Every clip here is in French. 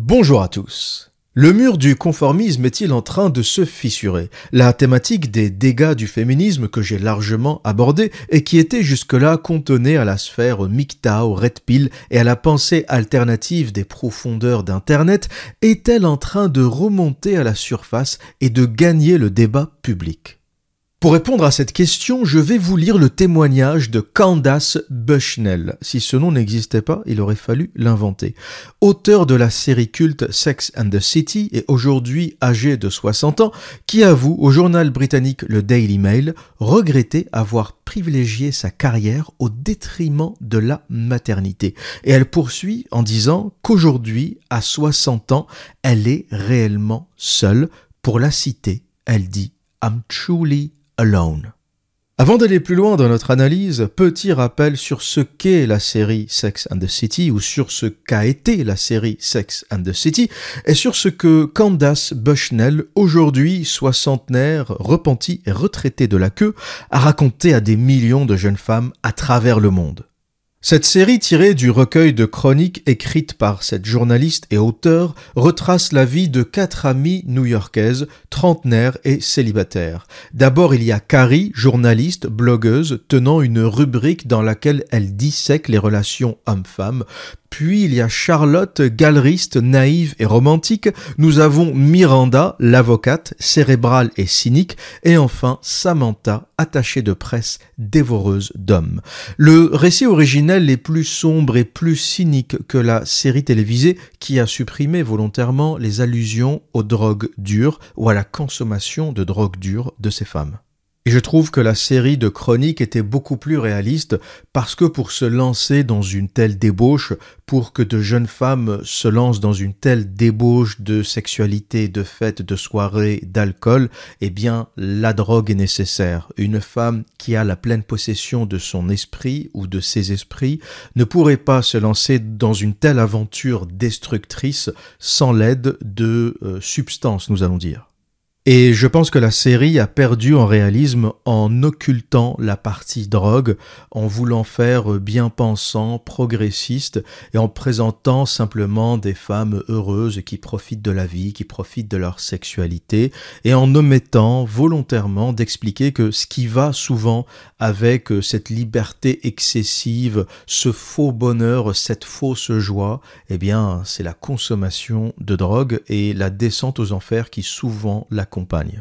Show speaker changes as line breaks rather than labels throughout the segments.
Bonjour à tous. Le mur du conformisme est-il en train de se fissurer? La thématique des dégâts du féminisme que j'ai largement abordée et qui était jusque-là cantonnée à la sphère MGTOW, Red Pill et à la pensée alternative des profondeurs d'Internet est-elle en train de remonter à la surface et de gagner le débat public? Pour répondre à cette question, je vais vous lire le témoignage de Candace Bushnell. Si ce nom n'existait pas, il aurait fallu l'inventer. Auteur de la série culte Sex and the City et aujourd'hui âgée de 60 ans, qui avoue au journal britannique le Daily Mail regretter avoir privilégié sa carrière au détriment de la maternité. Et elle poursuit en disant qu'aujourd'hui, à 60 ans, elle est réellement seule. Pour la citer, elle dit « I'm truly alone ». Avant d'aller plus loin dans notre analyse, petit rappel sur ce qu'est la série Sex and the City ou sur ce qu'a été la série Sex and the City et sur ce que Candace Bushnell, aujourd'hui soixantenaire, repentie et retraitée de la queue, a raconté à des millions de jeunes femmes à travers le monde. Cette série tirée du recueil de chroniques écrites par cette journaliste et auteure retrace la vie de 4 amies new-yorkaises, trentenaires et célibataires. D'abord, il y a Carrie, journaliste, blogueuse, tenant une rubrique dans laquelle elle dissèque les relations hommes-femmes. Puis il y a Charlotte, galeriste, naïve et romantique. Nous avons Miranda, l'avocate, cérébrale et cynique. Et enfin Samantha, attachée de presse, dévoreuse d'hommes. Le récit originel est plus sombre et plus cynique que la série télévisée qui a supprimé volontairement les allusions aux drogues dures ou à la consommation de drogues dures de ces femmes. Et je trouve que la série de chroniques était beaucoup plus réaliste parce que pour se lancer dans une telle débauche, pour que de jeunes femmes se lancent dans une telle débauche de sexualité, de fêtes, de soirées, d'alcool, eh bien la drogue est nécessaire. Une femme qui a la pleine possession de son esprit ou de ses esprits ne pourrait pas se lancer dans une telle aventure destructrice sans l'aide de substances, nous allons dire. Et je pense que la série a perdu en réalisme en occultant la partie drogue, en voulant faire bien pensant, progressiste, et en présentant simplement des femmes heureuses qui profitent de la vie, qui profitent de leur sexualité, et en omettant volontairement d'expliquer que ce qui va souvent avec cette liberté excessive, ce faux bonheur, cette fausse joie, eh bien, c'est la consommation de drogue et la descente aux enfers qui souvent l'accompagne.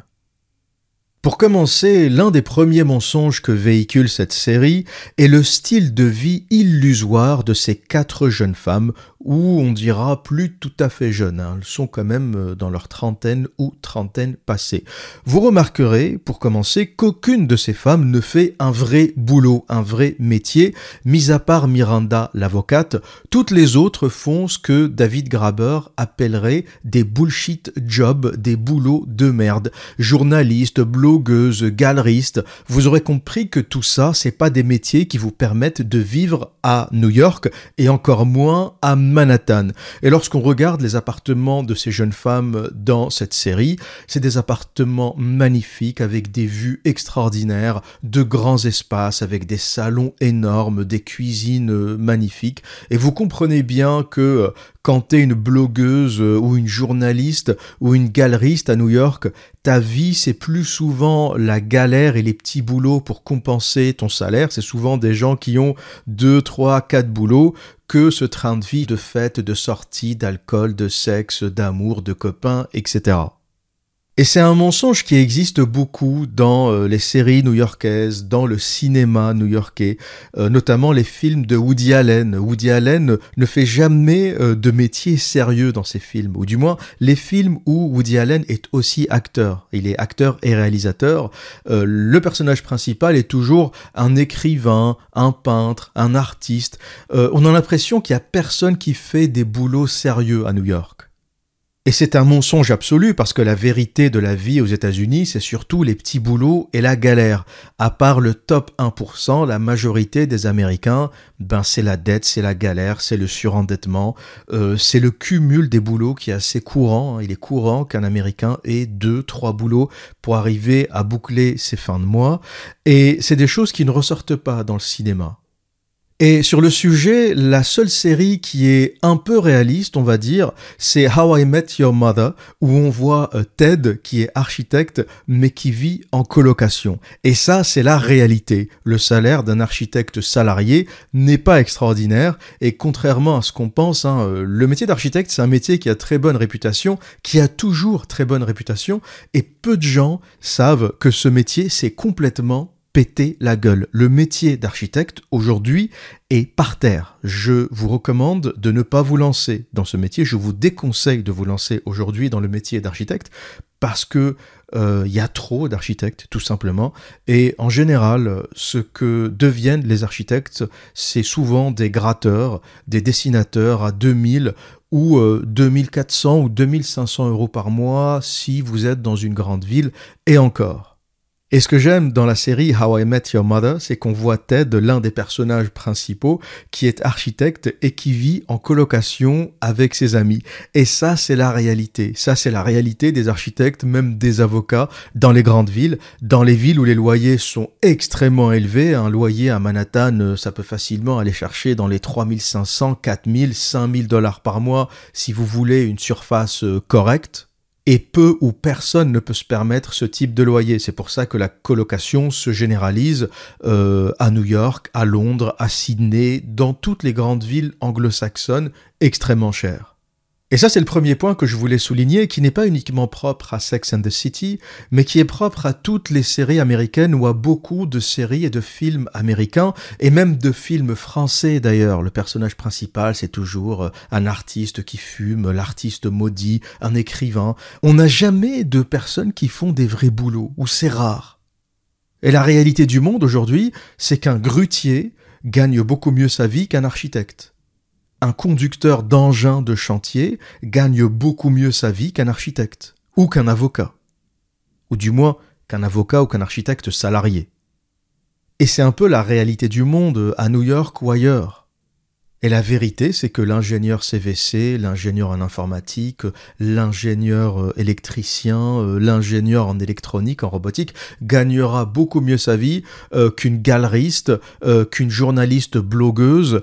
Pour commencer, l'un des premiers mensonges que véhicule cette série est le style de vie illusoire de ces 4 jeunes femmes, où on dira plus tout à fait jeunes, elles sont quand même dans leur trentaine ou trentaine passée. Vous remarquerez, pour commencer, qu'aucune de ces femmes ne fait un vrai boulot, un vrai métier, mis à part Miranda, l'avocate, toutes les autres font ce que David Graeber appellerait des bullshit jobs, des boulots de merde, journalistes, blogueuses, galeristes. Vous aurez compris que tout ça, c'est pas des métiers qui vous permettent de vivre à New York et encore moins à Manhattan. Et lorsqu'on regarde les appartements de ces jeunes femmes dans cette série, c'est des appartements magnifiques avec des vues extraordinaires, de grands espaces avec des salons énormes, des cuisines magnifiques. Et vous comprenez bien que quand t'es une blogueuse ou une journaliste ou une galeriste à New York, ta vie c'est plus souvent la galère et les petits boulots pour compenser ton salaire. C'est souvent des gens qui ont 2, 3, 4 boulots que ce train de vie de fêtes, de sorties, d'alcool, de sexe, d'amour, de copains, etc. Et c'est un mensonge qui existe beaucoup dans les séries new-yorkaises, dans le cinéma new-yorkais, notamment les films de Woody Allen. Woody Allen ne fait jamais de métier sérieux dans ses films, ou du moins les films où Woody Allen est aussi acteur. Il est acteur et réalisateur. Le personnage principal est toujours un écrivain, un peintre, un artiste. On a l'impression qu'il n'y a personne qui fait des boulots sérieux à New York. Et c'est un mensonge absolu parce que la vérité de la vie aux États-Unis, c'est surtout les petits boulots et la galère. À part le top 1%, la majorité des Américains, c'est la dette, c'est la galère, c'est le surendettement, c'est le cumul des boulots qui est assez courant. Il est courant qu'un Américain ait 2, 3 boulots pour arriver à boucler ses fins de mois. Et c'est des choses qui ne ressortent pas dans le cinéma. Et sur le sujet, la seule série qui est un peu réaliste, on va dire, c'est How I Met Your Mother, où on voit Ted qui est architecte, mais qui vit en colocation. Et ça, c'est la réalité. Le salaire d'un architecte salarié n'est pas extraordinaire, et contrairement à ce qu'on pense, le métier d'architecte, c'est un métier qui a très bonne réputation, qui a toujours très bonne réputation, et peu de gens savent que ce métier, c'est complètement péter la gueule. Le métier d'architecte, aujourd'hui, est par terre. Je vous recommande de ne pas vous lancer dans ce métier. Je vous déconseille de vous lancer aujourd'hui dans le métier d'architecte parce que y a trop d'architectes, tout simplement. Et en général, ce que deviennent les architectes, c'est souvent des gratteurs, des dessinateurs à 2000 ou 2400 ou 2500 euros par mois si vous êtes dans une grande ville, et encore. Et ce que j'aime dans la série How I Met Your Mother, c'est qu'on voit Ted, l'un des personnages principaux, qui est architecte et qui vit en colocation avec ses amis. Et ça, c'est la réalité. Ça, c'est la réalité des architectes, même des avocats, dans les grandes villes, dans les villes où les loyers sont extrêmement élevés. Un loyer à Manhattan, ça peut facilement aller chercher dans les 3500, 4000, 5000 dollars par mois si vous voulez une surface correcte. Et peu ou personne ne peut se permettre ce type de loyer. C'est pour ça que la colocation se généralise à New York, à Londres, à Sydney, dans toutes les grandes villes anglo-saxonnes extrêmement chères. Et ça, c'est le premier point que je voulais souligner, qui n'est pas uniquement propre à Sex and the City, mais qui est propre à toutes les séries américaines ou à beaucoup de séries et de films américains, et même de films français d'ailleurs. Le personnage principal, c'est toujours un artiste qui fume, l'artiste maudit, un écrivain. On n'a jamais de personnes qui font des vrais boulots, ou c'est rare. Et la réalité du monde aujourd'hui, c'est qu'un grutier gagne beaucoup mieux sa vie qu'un architecte. Un conducteur d'engin de chantier gagne beaucoup mieux sa vie qu'un architecte, ou qu'un avocat, ou du moins qu'un avocat ou qu'un architecte salarié. Et c'est un peu la réalité du monde à New York ou ailleurs. Et la vérité, c'est que l'ingénieur CVC, l'ingénieur en informatique, l'ingénieur électricien, l'ingénieur en électronique, en robotique, gagnera beaucoup mieux sa vie qu'une galeriste, qu'une journaliste blogueuse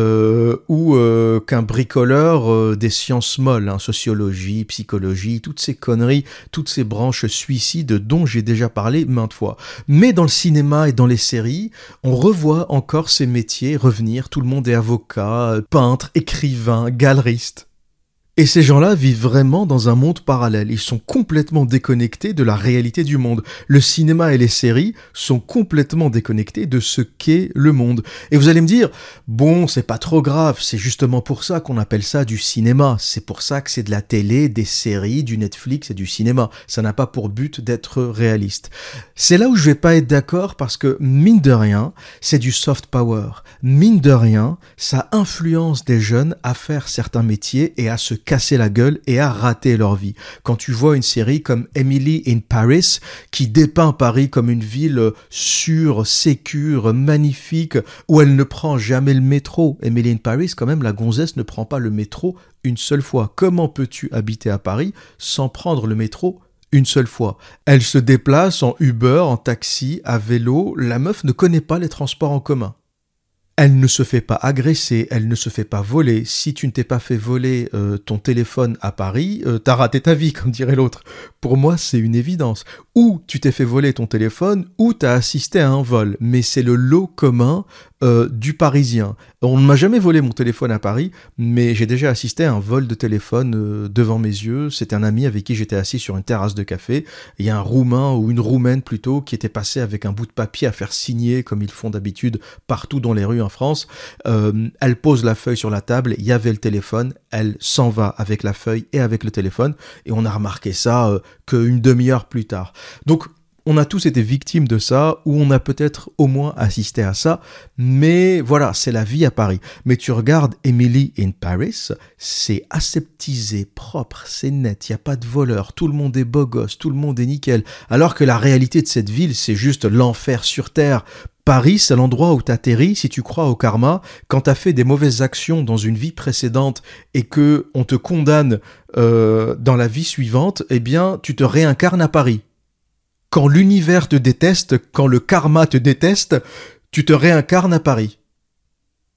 ou qu'un bricoleur des sciences molles, sociologie, psychologie, toutes ces conneries, toutes ces branches suicides dont j'ai déjà parlé maintes fois. Mais dans le cinéma et dans les séries, on revoit encore ces métiers revenir. Tout le monde est avocat, peintre, écrivain, galeriste. Et ces gens-là vivent vraiment dans un monde parallèle. Ils sont complètement déconnectés de la réalité du monde. Le cinéma et les séries sont complètement déconnectés de ce qu'est le monde. Et vous allez me dire, bon, c'est pas trop grave, c'est justement pour ça qu'on appelle ça du cinéma. C'est pour ça que c'est de la télé, des séries, du Netflix et du cinéma. Ça n'a pas pour but d'être réaliste. C'est là où je vais pas être d'accord parce que, mine de rien, c'est du soft power. Mine de rien, ça influence des jeunes à faire certains métiers et à se casser la gueule et à rater leur vie. Quand tu vois une série comme Emily in Paris, qui dépeint Paris comme une ville sûre, sécure, magnifique, où elle ne prend jamais le métro. Emily in Paris, quand même, la gonzesse ne prend pas le métro une seule fois. Comment peux-tu habiter à Paris sans prendre le métro une seule fois? Elle se déplace en Uber, en taxi, à vélo. La meuf ne connaît pas les transports en commun. Elle ne se fait pas agresser, elle ne se fait pas voler. Si tu ne t'es pas fait voler ton téléphone à Paris, t'as raté ta vie, comme dirait l'autre. Pour moi, c'est une évidence. Ou tu t'es fait voler ton téléphone, ou t'as assisté à un vol. Mais c'est le lot commun du Parisien. On ne m'a jamais volé mon téléphone à Paris, mais j'ai déjà assisté à un vol de téléphone devant mes yeux. C'était un ami avec qui j'étais assis sur une terrasse de café. Il y a un Roumain, ou une Roumaine plutôt, qui était passé avec un bout de papier à faire signer, comme ils font d'habitude partout dans les rues en France. Elle pose la feuille sur la table, il y avait le téléphone, elle s'en va avec la feuille et avec le téléphone, et on a remarqué ça qu'une demi-heure plus tard. Donc, on a tous été victimes de ça, ou on a peut-être au moins assisté à ça, mais voilà, c'est la vie à Paris. Mais tu regardes Emily in Paris, c'est aseptisé, propre, c'est net, il n'y a pas de voleurs, tout le monde est beau gosse, tout le monde est nickel, alors que la réalité de cette ville, c'est juste l'enfer sur terre. Paris, c'est l'endroit où t'atterris si tu crois au karma. Quand t'as fait des mauvaises actions dans une vie précédente et que on te condamne dans la vie suivante, eh bien, tu te réincarnes à Paris. Quand l'univers te déteste, quand le karma te déteste, tu te réincarnes à Paris.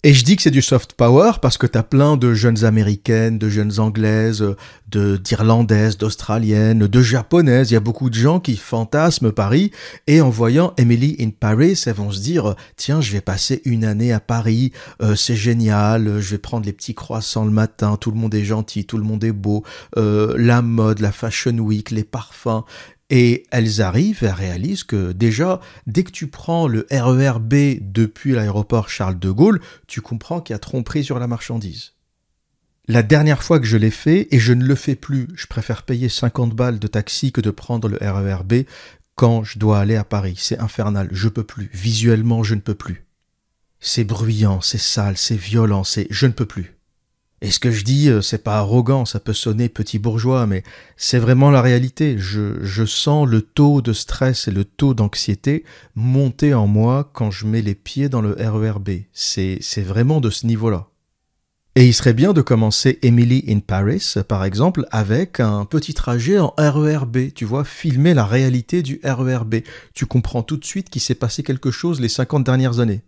Et je dis que c'est du soft power parce que t'as plein de jeunes américaines, de jeunes anglaises, d'irlandaises, d'australiennes, de japonaises. Il y a beaucoup de gens qui fantasment Paris et en voyant Emily in Paris, elles vont se dire tiens, je vais passer une année à Paris, c'est génial, je vais prendre les petits croissants le matin, tout le monde est gentil, tout le monde est beau, la mode, la fashion week, les parfums. Et elles arrivent et elles réalisent que déjà, dès que tu prends le RER B depuis l'aéroport Charles de Gaulle, tu comprends qu'il y a tromperie sur la marchandise. La dernière fois que je l'ai fait, et je ne le fais plus, je préfère payer 50 balles de taxi que de prendre le RER B quand je dois aller à Paris. C'est infernal, je peux plus. Visuellement, je ne peux plus. C'est bruyant, c'est sale, c'est violent, je ne peux plus. Et ce que je dis, c'est pas arrogant, ça peut sonner petit bourgeois, mais c'est vraiment la réalité. Je sens le taux de stress et le taux d'anxiété monter en moi quand je mets les pieds dans le RER B. C'est vraiment de ce niveau-là. Et il serait bien de commencer Emily in Paris, par exemple, avec un petit trajet en RER B, tu vois, filmer la réalité du RER B. Tu comprends tout de suite qu'il s'est passé quelque chose les 50 dernières années.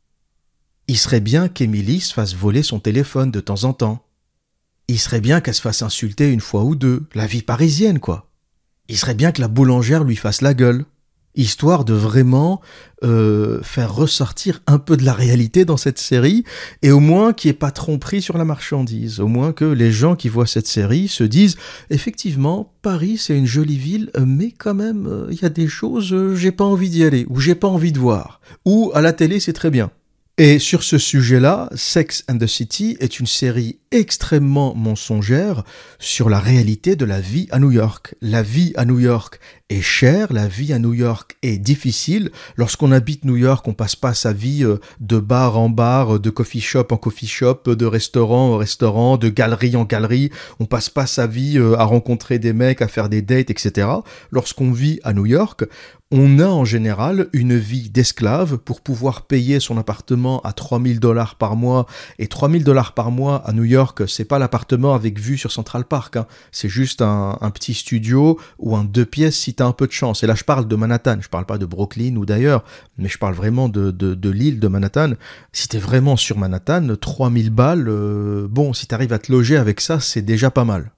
Il serait bien qu'Emily se fasse voler son téléphone de temps en temps. Il serait bien qu'elle se fasse insulter une fois ou deux, la vie parisienne, quoi. Il serait bien que la boulangère lui fasse la gueule, histoire de vraiment faire ressortir un peu de la réalité dans cette série, et au moins qu'il n'y ait pas tromperie sur la marchandise, au moins que les gens qui voient cette série se disent « Effectivement, Paris c'est une jolie ville, mais quand même, il y a des choses, j'ai pas envie d'y aller, ou j'ai pas envie de voir, ou à la télé c'est très bien ». Et sur ce sujet-là, Sex and the City est une série extrêmement mensongère sur la réalité de la vie à New York. La vie à New York est chère, la vie à New York est difficile. Lorsqu'on habite New York, on passe pas sa vie de bar en bar, de coffee shop en coffee shop, de restaurant en restaurant, de galerie en galerie. On passe pas sa vie à rencontrer des mecs, à faire des dates, etc. Lorsqu'on vit à New York, on a en général une vie d'esclave pour pouvoir payer son appartement à $3,000 par mois. Et $3,000 par mois à New York, c'est pas l'appartement avec vue sur Central Park, hein. C'est juste un petit studio ou un 2 pièces si t'as un peu de chance. Et là, je parle de Manhattan, je parle pas de Brooklyn ou d'ailleurs, mais je parle vraiment de l'île de Manhattan. Si t'es vraiment sur Manhattan, 3,000 balles, bon, si t'arrives à te loger avec ça, c'est déjà pas mal.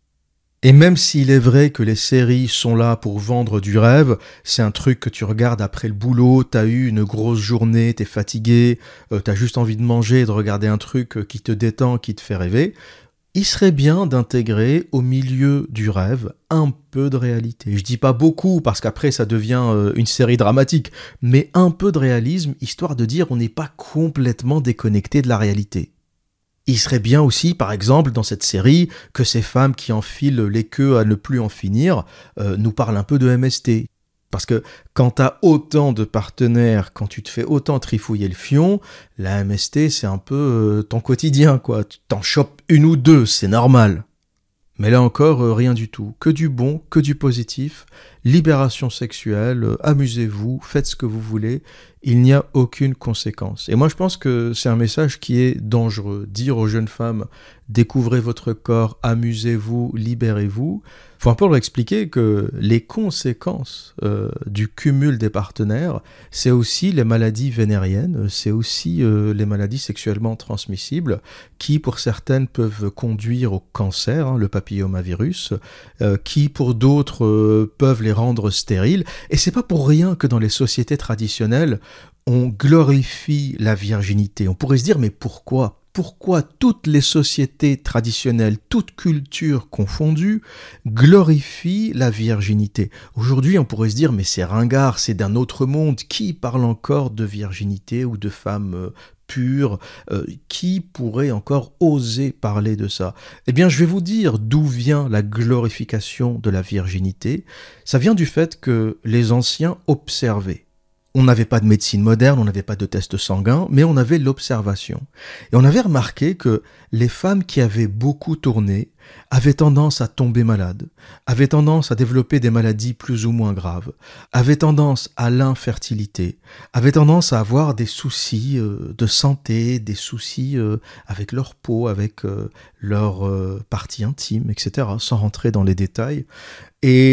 Et même s'il est vrai que les séries sont là pour vendre du rêve, c'est un truc que tu regardes après le boulot, t'as eu une grosse journée, t'es fatigué, t'as juste envie de manger et de regarder un truc qui te détend, qui te fait rêver, il serait bien d'intégrer au milieu du rêve un peu de réalité. Je dis pas beaucoup parce qu'après ça devient une série dramatique, mais un peu de réalisme, histoire de dire on n'est pas complètement déconnecté de la réalité. Il serait bien aussi, par exemple, dans cette série, que ces femmes qui enfilent les queues à ne plus en finir nous parlent un peu de MST. Parce que quand t'as autant de partenaires, quand tu te fais autant trifouiller le fion, la MST c'est un peu ton quotidien, quoi. Tu t'en chopes une ou deux, c'est normal. Mais là encore, rien du tout. Que du bon, que du positif. Libération sexuelle, amusez-vous, faites ce que vous voulez. Il n'y a aucune conséquence. Et moi, je pense que c'est un message qui est dangereux. Dire aux jeunes femmes, découvrez votre corps, amusez-vous, libérez-vous. Faut un peu leur expliquer que les conséquences du cumul des partenaires, c'est aussi les maladies vénériennes, c'est aussi les maladies sexuellement transmissibles qui, pour certaines, peuvent conduire au cancer, hein, le papillomavirus, qui, pour d'autres, peuvent les rendre stériles. Et c'est pas pour rien que dans les sociétés traditionnelles, on glorifie la virginité. On pourrait se dire, mais pourquoi ? Pourquoi toutes les sociétés traditionnelles, toutes cultures confondues, glorifient la virginité ? Aujourd'hui, on pourrait se dire, mais c'est ringard, c'est d'un autre monde. Qui parle encore de virginité ou de femmes pures ? Qui pourrait encore oser parler de ça ? Eh bien, je vais vous dire d'où vient la glorification de la virginité. Ça vient du fait que les anciens observaient. On n'avait pas de médecine moderne, on n'avait pas de tests sanguins, mais on avait l'observation. Et on avait remarqué que les femmes qui avaient beaucoup tourné avaient tendance à tomber malades, avaient tendance à développer des maladies plus ou moins graves, avaient tendance à l'infertilité, avaient tendance à avoir des soucis de santé, des soucis avec leur peau, avec leur partie intime, etc., sans rentrer dans les détails. Et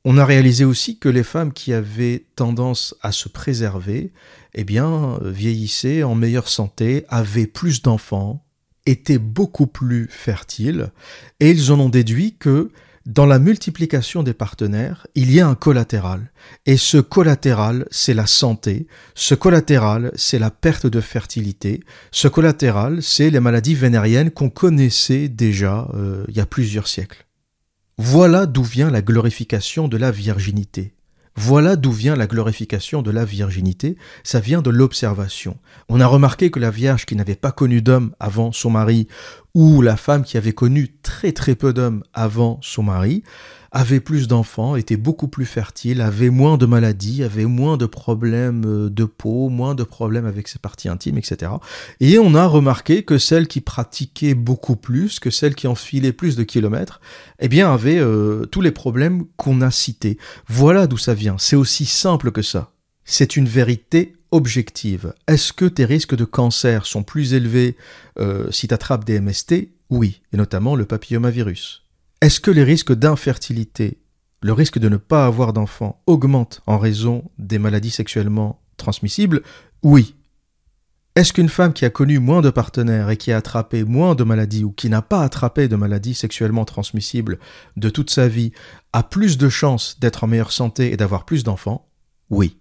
On a réalisé aussi que les femmes qui avaient tendance à se préserver, vieillissaient en meilleure santé, avaient plus d'enfants, étaient beaucoup plus fertiles, et ils en ont déduit que dans la multiplication des partenaires, il y a un collatéral. Et ce collatéral, c'est la santé. Ce collatéral, c'est la perte de fertilité. Ce collatéral, c'est les maladies vénériennes qu'on connaissait déjà il y a plusieurs siècles. Voilà d'où vient la glorification de la virginité. Voilà d'où vient la glorification de la virginité, ça vient de l'observation. On a remarqué que la Vierge qui n'avait pas connu d'homme avant son mari, ou la femme qui avait connu très très peu d'hommes avant son mari, avait plus d'enfants, était beaucoup plus fertile, avait moins de maladies, avait moins de problèmes de peau, moins de problèmes avec ses parties intimes, etc. Et on a remarqué que celles qui pratiquaient beaucoup plus, que celles qui enfilaient plus de kilomètres, avaient tous les problèmes qu'on a cités. Voilà d'où ça vient, c'est aussi simple que ça. C'est une vérité objective. Est-ce que tes risques de cancer sont plus élevés si tu attrapes des MST ? Oui, et notamment le papillomavirus. Est-ce que les risques d'infertilité, le risque de ne pas avoir d'enfants, augmentent en raison des maladies sexuellement transmissibles ? Oui. Est-ce qu'une femme qui a connu moins de partenaires et qui a attrapé moins de maladies ou qui n'a pas attrapé de maladies sexuellement transmissibles de toute sa vie a plus de chances d'être en meilleure santé et d'avoir plus d'enfants ? Oui.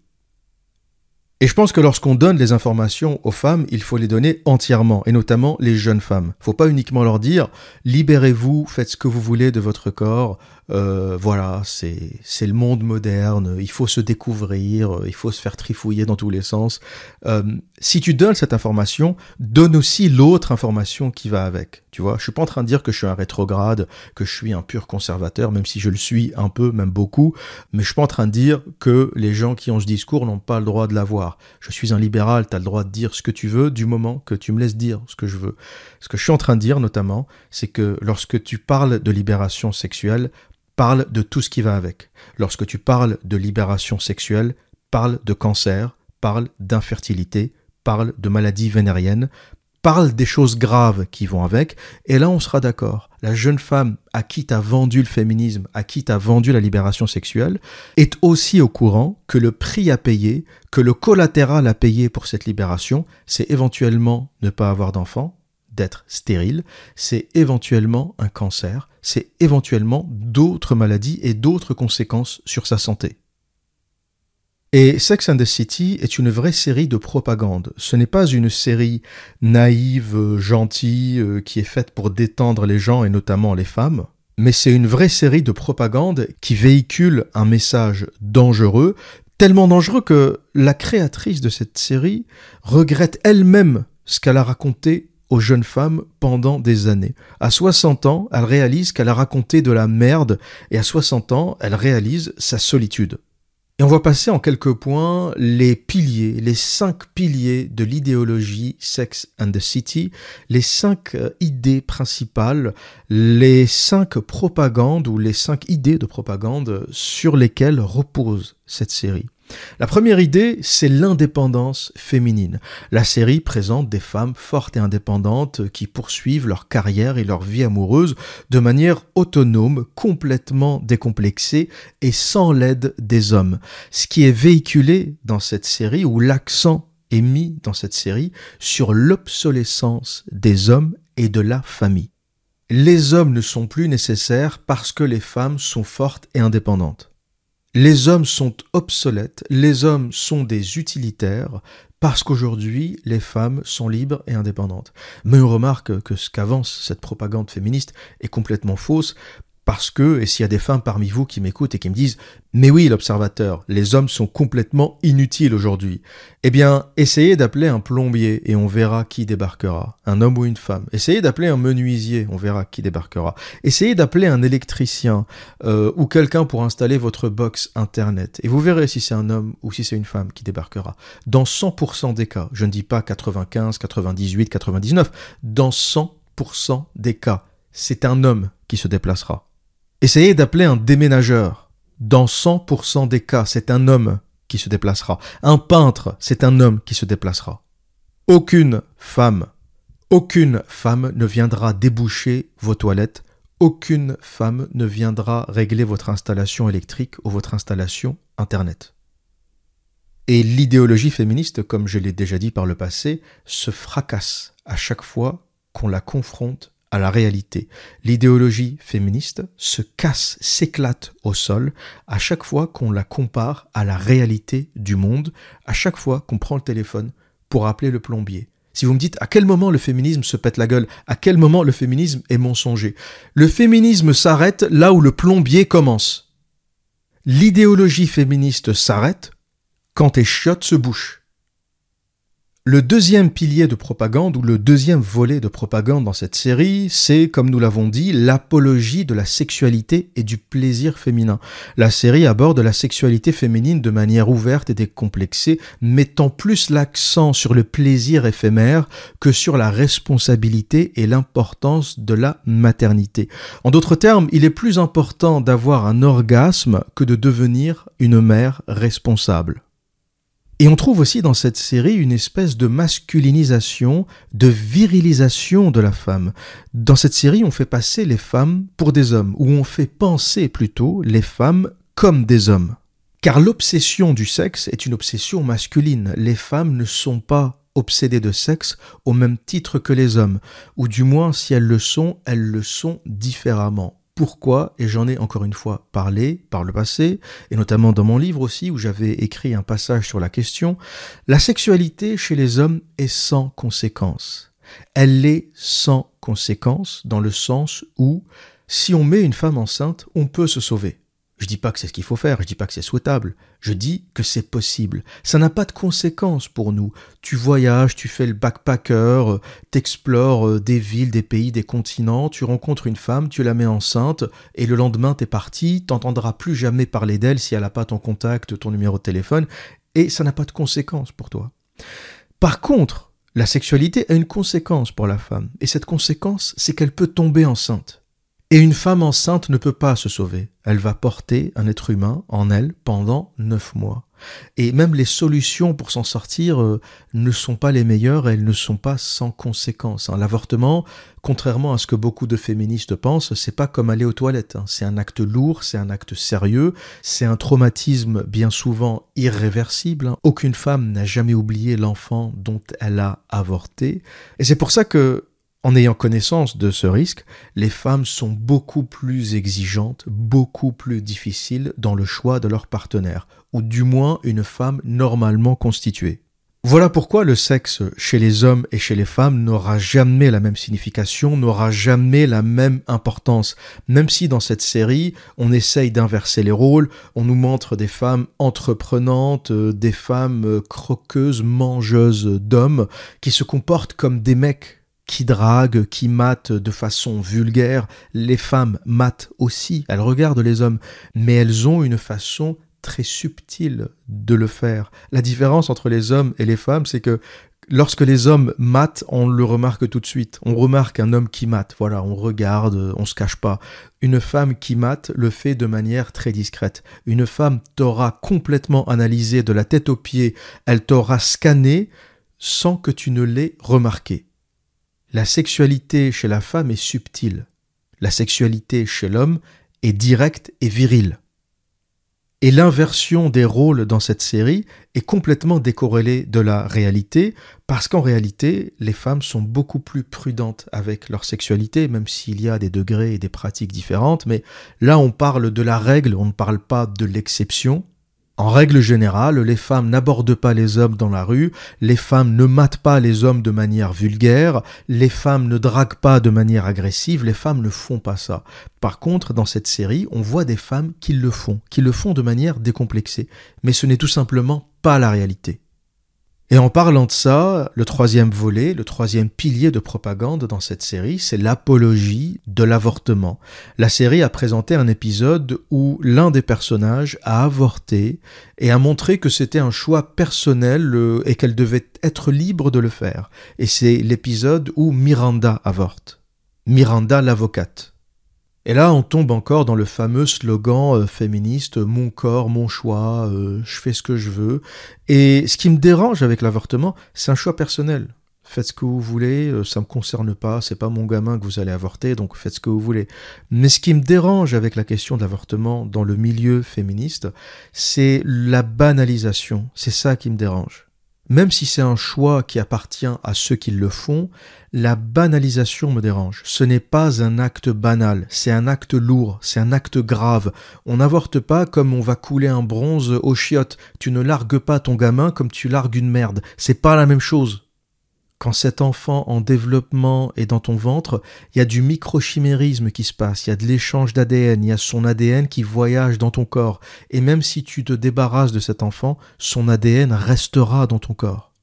Et je pense que lorsqu'on donne les informations aux femmes, il faut les donner entièrement, et notamment les jeunes femmes. Il ne faut pas uniquement leur dire « libérez-vous, faites ce que vous voulez de votre corps, c'est le monde moderne, il faut se découvrir, il faut se faire trifouiller dans tous les sens. » Si tu donnes cette information, donne aussi l'autre information qui va avec. Tu vois, je suis pas en train de dire que je suis un rétrograde, que je suis un pur conservateur, même si je le suis un peu, même beaucoup, mais je suis pas en train de dire que les gens qui ont ce discours n'ont pas le droit de l'avoir. Je suis un libéral, tu as le droit de dire ce que tu veux du moment que tu me laisses dire ce que je veux. Ce que je suis en train de dire notamment, c'est que lorsque tu parles de libération sexuelle, parle de tout ce qui va avec. Lorsque tu parles de libération sexuelle, parle de cancer, parle d'infertilité, parle de maladies vénériennes, parle des choses graves qui vont avec, et là on sera d'accord. La jeune femme à qui t'as vendu le féminisme, à qui t'as vendu la libération sexuelle, est aussi au courant que le prix à payer, que le collatéral à payer pour cette libération, c'est éventuellement ne pas avoir d'enfant, d'être stérile, c'est éventuellement un cancer, c'est éventuellement d'autres maladies et d'autres conséquences sur sa santé. Et Sex and the City est une vraie série de propagande. Ce n'est pas une série naïve, gentille, qui est faite pour détendre les gens et notamment les femmes, mais c'est une vraie série de propagande qui véhicule un message dangereux, tellement dangereux que la créatrice de cette série regrette elle-même ce qu'elle a raconté aux jeunes femmes pendant des années. À 60 ans, elle réalise qu'elle a raconté de la merde et à 60 ans, elle réalise sa solitude. Et on va passer en quelques points les piliers, les 5 piliers de l'idéologie Sex and the City, les 5 idées principales, les 5 propagandes ou les 5 idées de propagande sur lesquelles repose cette série. La première idée, c'est l'indépendance féminine. La série présente des femmes fortes et indépendantes qui poursuivent leur carrière et leur vie amoureuse de manière autonome, complètement décomplexée et sans l'aide des hommes. Ce qui est véhiculé dans cette série, ou l'accent est mis dans cette série, sur l'obsolescence des hommes et de la famille. Les hommes ne sont plus nécessaires parce que les femmes sont fortes et indépendantes. Les hommes sont obsolètes, les hommes sont des utilitaires parce qu'aujourd'hui, les femmes sont libres et indépendantes. Mais on remarque que ce qu'avance cette propagande féministe est complètement fausse parce que, et s'il y a des femmes parmi vous qui m'écoutent et qui me disent « Mais oui, l'observateur, les hommes sont complètement inutiles aujourd'hui », eh bien, essayez d'appeler un plombier et on verra qui débarquera, un homme ou une femme. Essayez d'appeler un menuisier, on verra qui débarquera. Essayez d'appeler un électricien ou quelqu'un pour installer votre box internet et vous verrez si c'est un homme ou si c'est une femme qui débarquera. Dans 100% des cas, je ne dis pas 95, 98, 99, dans 100% des cas, c'est un homme qui se déplacera. Essayez d'appeler un déménageur. Dans 100% des cas, c'est un homme qui se déplacera. Un peintre, c'est un homme qui se déplacera. Aucune femme ne viendra déboucher vos toilettes. aucune femme ne viendra régler votre installation électrique ou votre installation Internet. Et l'idéologie féministe, comme je l'ai déjà dit par le passé, se fracasse à chaque fois qu'on la confronte à la réalité. L'idéologie féministe se casse, s'éclate au sol à chaque fois qu'on la compare à la réalité du monde, à chaque fois qu'on prend le téléphone pour appeler le plombier. Si vous me dites à quel moment le féminisme se pète la gueule, à quel moment le féminisme est mensonger, le féminisme s'arrête là où le plombier commence. L'idéologie féministe s'arrête quand tes chiottes se bouchent. Le deuxième pilier de propagande, ou le deuxième volet de propagande dans cette série, c'est, comme nous l'avons dit, l'apologie de la sexualité et du plaisir féminin. La série aborde la sexualité féminine de manière ouverte et décomplexée, mettant plus l'accent sur le plaisir éphémère que sur la responsabilité et l'importance de la maternité. En d'autres termes, il est plus important d'avoir un orgasme que de devenir une mère responsable. Et on trouve aussi dans cette série une espèce de masculinisation, de virilisation de la femme. Dans cette série, on fait passer les femmes pour des hommes, ou on fait penser plutôt les femmes comme des hommes. Car l'obsession du sexe est une obsession masculine. Les femmes ne sont pas obsédées de sexe au même titre que les hommes, ou du moins si elles le sont différemment. Pourquoi ? Et j'en ai encore une fois parlé par le passé, et notamment dans mon livre aussi, où j'avais écrit un passage sur la question. La sexualité chez les hommes est sans conséquence. Elle est sans conséquence dans le sens où, si on met une femme enceinte, on peut se sauver. Je dis pas que c'est ce qu'il faut faire, je dis pas que c'est souhaitable, je dis que c'est possible. Ça n'a pas de conséquences pour nous. Tu voyages, tu fais le backpacker, t'explores des villes, des pays, des continents, tu rencontres une femme, tu la mets enceinte, et le lendemain t'es parti, t'entendras plus jamais parler d'elle si elle n'a pas ton contact, ton numéro de téléphone, et ça n'a pas de conséquences pour toi. Par contre, la sexualité a une conséquence pour la femme, et cette conséquence, c'est qu'elle peut tomber enceinte. Et une femme enceinte ne peut pas se sauver. Elle va porter un être humain en elle pendant 9 mois. Et même les solutions pour s'en sortir ne sont pas les meilleures, elles ne sont pas sans conséquences. L'avortement, contrairement à ce que beaucoup de féministes pensent, c'est pas comme aller aux toilettes. C'est un acte lourd, c'est un acte sérieux, c'est un traumatisme bien souvent irréversible. Aucune femme n'a jamais oublié l'enfant dont elle a avorté. Et c'est pour ça que, en ayant connaissance de ce risque, les femmes sont beaucoup plus exigeantes, beaucoup plus difficiles dans le choix de leur partenaire, ou du moins une femme normalement constituée. Voilà pourquoi le sexe chez les hommes et chez les femmes n'aura jamais la même signification, n'aura jamais la même importance. Même si dans cette série, on essaye d'inverser les rôles, on nous montre des femmes entreprenantes, des femmes croqueuses, mangeuses d'hommes, qui se comportent comme des mecs, qui draguent, qui matent de façon vulgaire. Les femmes matent aussi, elles regardent les hommes, mais elles ont une façon très subtile de le faire. La différence entre les hommes et les femmes, c'est que lorsque les hommes matent, on le remarque tout de suite. On remarque un homme qui mate, voilà, on regarde, on se cache pas. Une femme qui mate le fait de manière très discrète. Une femme t'aura complètement analysé de la tête aux pieds, elle t'aura scanné sans que tu ne l'aies remarqué. La sexualité chez la femme est subtile. La sexualité chez l'homme est directe et virile. Et l'inversion des rôles dans cette série est complètement décorrélée de la réalité, parce qu'en réalité, les femmes sont beaucoup plus prudentes avec leur sexualité, même s'il y a des degrés et des pratiques différentes, mais là on parle de la règle, on ne parle pas de l'exception. En règle générale, les femmes n'abordent pas les hommes dans la rue, les femmes ne matent pas les hommes de manière vulgaire, les femmes ne draguent pas de manière agressive, les femmes ne font pas ça. Par contre, dans cette série, on voit des femmes qui le font de manière décomplexée. Mais ce n'est tout simplement pas la réalité. Et en parlant de ça, le troisième volet, le troisième pilier de propagande dans cette série, c'est l'apologie de l'avortement. La série a présenté un épisode où l'un des personnages a avorté et a montré que c'était un choix personnel et qu'elle devait être libre de le faire. Et c'est l'épisode où Miranda avorte. Miranda l'avocate. Et là, on tombe encore dans le fameux slogan féministe « Mon corps, mon choix, je fais ce que je veux ». Et ce qui me dérange avec l'avortement, c'est un choix personnel. Faites ce que vous voulez, ça me concerne pas, c'est pas mon gamin que vous allez avorter, donc faites ce que vous voulez. Mais ce qui me dérange avec la question de l'avortement dans le milieu féministe, c'est la banalisation. C'est ça qui me dérange. Même si c'est un choix qui appartient à ceux qui le font, la banalisation me dérange. Ce n'est pas un acte banal, c'est un acte lourd, c'est un acte grave. On n'avorte pas comme on va couler un bronze aux chiottes. Tu ne largues pas ton gamin comme tu largues une merde. C'est pas la même chose. Quand cet enfant en développement est dans ton ventre, il y a du microchimérisme qui se passe, il y a de l'échange d'ADN, il y a son ADN qui voyage dans ton corps. Et même si tu te débarrasses de cet enfant, son ADN restera dans ton corps.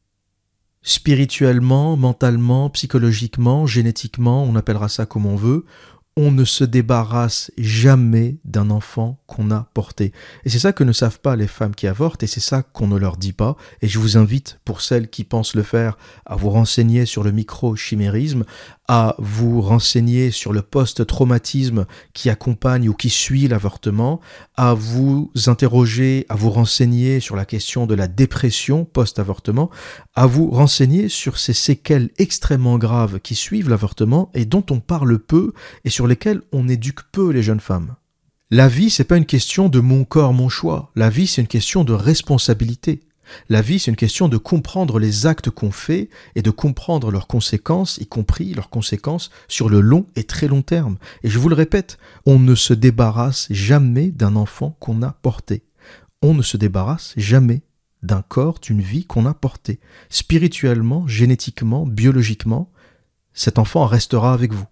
Spirituellement, mentalement, psychologiquement, génétiquement, on appellera ça comme on veut, on ne se débarrasse jamais d'un enfant qu'on a porté. Et c'est ça que ne savent pas les femmes qui avortent, et c'est ça qu'on ne leur dit pas. Et je vous invite, pour celles qui pensent le faire, à vous renseigner sur le microchimérisme, à vous renseigner sur le post-traumatisme qui accompagne ou qui suit l'avortement, à vous interroger, à vous renseigner sur la question de la dépression post-avortement, à vous renseigner sur ces séquelles extrêmement graves qui suivent l'avortement et dont on parle peu et sur lesquelles on éduque peu les jeunes femmes. La vie, c'est pas une question de mon corps, mon choix. La vie, c'est une question de responsabilité. La vie, c'est une question de comprendre les actes qu'on fait et de comprendre leurs conséquences, y compris leurs conséquences sur le long et très long terme. Et je vous le répète, on ne se débarrasse jamais d'un enfant qu'on a porté. On ne se débarrasse jamais d'un corps, d'une vie qu'on a porté. Spirituellement, génétiquement, biologiquement, cet enfant restera avec vous.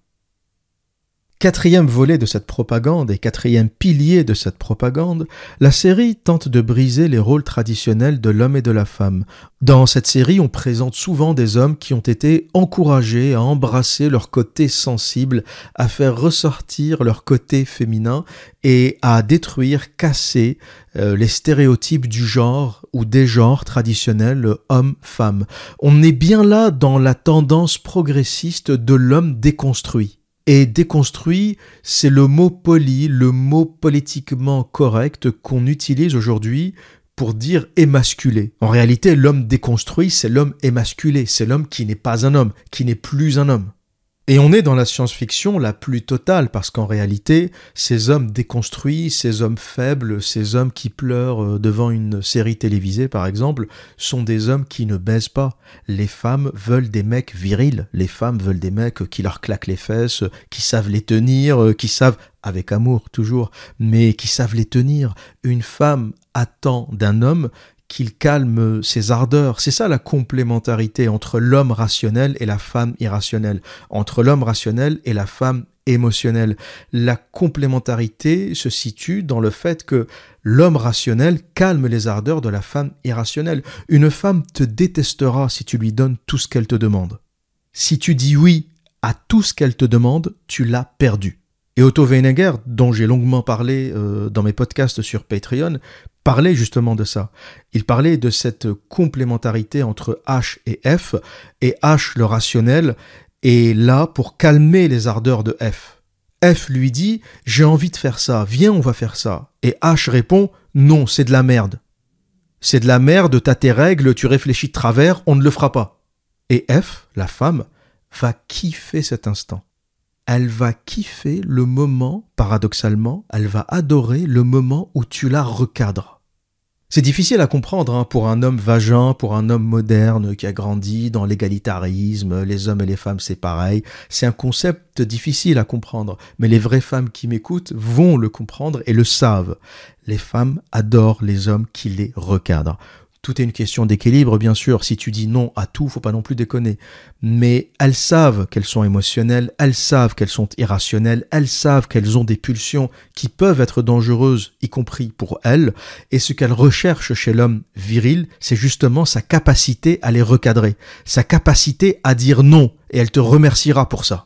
Quatrième volet de cette propagande et quatrième pilier de cette propagande, la série tente de briser les rôles traditionnels de l'homme et de la femme. Dans cette série, on présente souvent des hommes qui ont été encouragés à embrasser leur côté sensible, à faire ressortir leur côté féminin et à détruire, casser les stéréotypes du genre ou des genres traditionnels homme-femme. On est bien là dans la tendance progressiste de l'homme déconstruit. Et déconstruit, c'est le mot poli, le mot politiquement correct qu'on utilise aujourd'hui pour dire émasculé. En réalité, l'homme déconstruit, c'est l'homme émasculé, c'est l'homme qui n'est pas un homme, qui n'est plus un homme. Et on est dans la science-fiction la plus totale, parce qu'en réalité, ces hommes déconstruits, ces hommes faibles, ces hommes qui pleurent devant une série télévisée, par exemple, sont des hommes qui ne baisent pas. Les femmes veulent des mecs virils, les femmes veulent des mecs qui leur claquent les fesses, qui savent les tenir, qui savent, avec amour toujours, mais qui savent les tenir. Une femme attend d'un homme qu'il calme ses ardeurs. C'est ça la complémentarité entre l'homme rationnel et la femme irrationnelle, entre l'homme rationnel et la femme émotionnelle. La complémentarité se situe dans le fait que l'homme rationnel calme les ardeurs de la femme irrationnelle. Une femme te détestera si tu lui donnes tout ce qu'elle te demande. Si tu dis oui à tout ce qu'elle te demande, tu l'as perdu. Et Otto Weinegger, dont j'ai longuement parlé dans mes podcasts sur Patreon, parlait justement de ça. Il parlait de cette complémentarité entre H et F, et H, le rationnel, est là pour calmer les ardeurs de F. F lui dit « J'ai envie de faire ça, viens, on va faire ça ». Et H répond « Non, c'est de la merde. C'est de la merde, t'as tes règles, tu réfléchis de travers, on ne le fera pas ». Et F, la femme, va kiffer cet instant. Elle va kiffer le moment, paradoxalement, elle va adorer le moment où tu la recadres. C'est difficile à comprendre pour un homme vagin, pour un homme moderne qui a grandi dans l'égalitarisme, les hommes et les femmes c'est pareil. C'est un concept difficile à comprendre, mais les vraies femmes qui m'écoutent vont le comprendre et le savent. Les femmes adorent les hommes qui les recadrent. Tout est une question d'équilibre, bien sûr. Si tu dis non à tout, faut pas non plus déconner. Mais elles savent qu'elles sont émotionnelles, elles savent qu'elles sont irrationnelles, elles savent qu'elles ont des pulsions qui peuvent être dangereuses, y compris pour elles. Et ce qu'elles recherchent chez l'homme viril, c'est justement sa capacité à les recadrer, sa capacité à dire non, et elle te remerciera pour ça.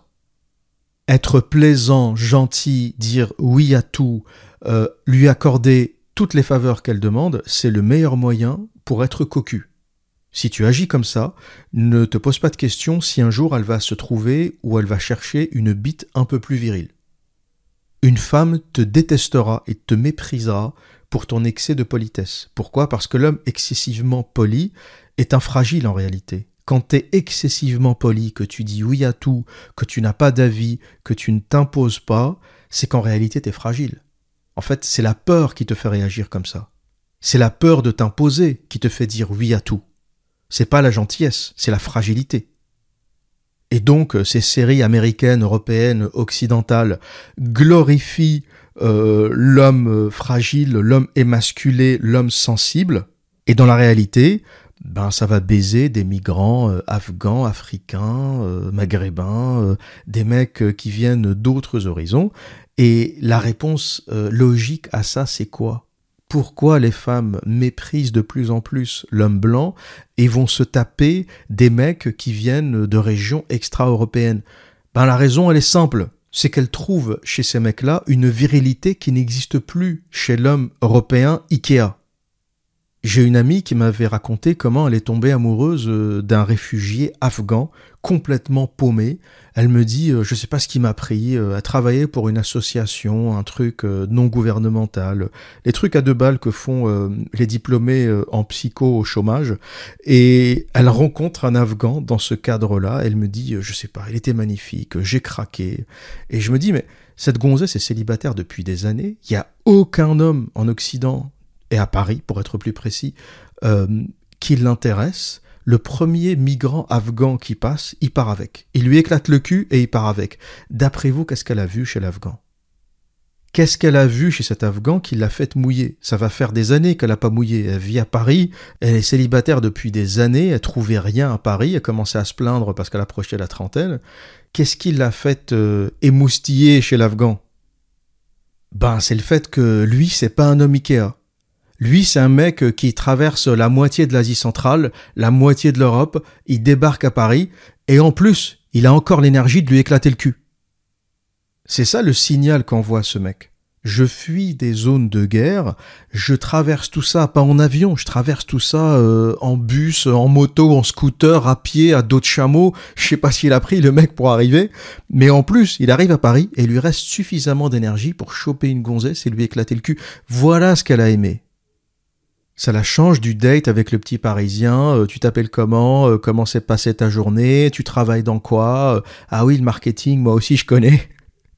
Être plaisant, gentil, dire oui à tout, lui accorder toutes les faveurs qu'elle demande, c'est le meilleur moyen pour être cocu. Si tu agis comme ça, ne te pose pas de questions si un jour elle va se trouver ou elle va chercher une bite un peu plus virile. Une femme te détestera et te méprisera pour ton excès de politesse. Pourquoi ? Parce que l'homme excessivement poli est un fragile en réalité. Quand tu es excessivement poli, que tu dis oui à tout, que tu n'as pas d'avis, que tu ne t'imposes pas, c'est qu'en réalité tu es fragile. En fait, c'est la peur qui te fait réagir comme ça. C'est la peur de t'imposer qui te fait dire oui à tout. C'est pas la gentillesse, c'est la fragilité. Et donc, ces séries américaines, européennes, occidentales glorifient l'homme fragile, l'homme émasculé, l'homme sensible. Et dans la réalité, ça va baiser des migrants afghans, africains, maghrébins, des mecs qui viennent d'autres horizons. Et la réponse logique à ça, c'est quoi ? Pourquoi les femmes méprisent de plus en plus l'homme blanc et vont se taper des mecs qui viennent de régions extra-européennes ? La raison, elle est simple. C'est qu'elles trouvent chez ces mecs-là une virilité qui n'existe plus chez l'homme européen Ikea. J'ai une amie qui m'avait raconté comment elle est tombée amoureuse d'un réfugié afghan complètement paumé. Elle me dit, je sais pas ce qui m'a pris, à travailler pour une association, un truc non gouvernemental, les trucs à 2 balles que font les diplômés en psycho au chômage. Et elle rencontre un Afghan dans ce cadre-là. Elle me dit, je sais pas, il était magnifique, j'ai craqué. Et je me dis, mais cette gonzesse est célibataire depuis des années. Il y a aucun homme en Occident et à Paris, pour être plus précis, qui l'intéresse. Le premier migrant afghan qui passe, il part avec. Il lui éclate le cul et il part avec. D'après vous, qu'est-ce qu'elle a vu chez l'Afghan ? Qu'est-ce qu'elle a vu chez cet Afghan qui l'a fait mouiller ? Ça va faire des années qu'elle n'a pas mouillé. Elle vit à Paris, elle est célibataire depuis des années, elle trouvait rien à Paris, elle commençait à se plaindre parce qu'elle approchait la trentaine. Qu'est-ce qui l'a fait émoustiller chez l'Afghan ? C'est le fait que lui, c'est pas un homme Ikea. Lui, c'est un mec qui traverse la moitié de l'Asie centrale, la moitié de l'Europe, il débarque à Paris, et en plus, il a encore l'énergie de lui éclater le cul. C'est ça le signal qu'envoie ce mec. Je fuis des zones de guerre, je traverse tout ça, pas en avion, je traverse tout ça en bus, en moto, en scooter, à pied, à dos de chameau, je sais pas s'il a pris le mec pour arriver, mais en plus, il arrive à Paris et il lui reste suffisamment d'énergie pour choper une gonzesse et lui éclater le cul. Voilà ce qu'elle a aimé. Ça la change du date avec le petit Parisien, tu t'appelles comment s'est passée ta journée, tu travailles dans quoi, ah oui, le marketing, moi aussi je connais.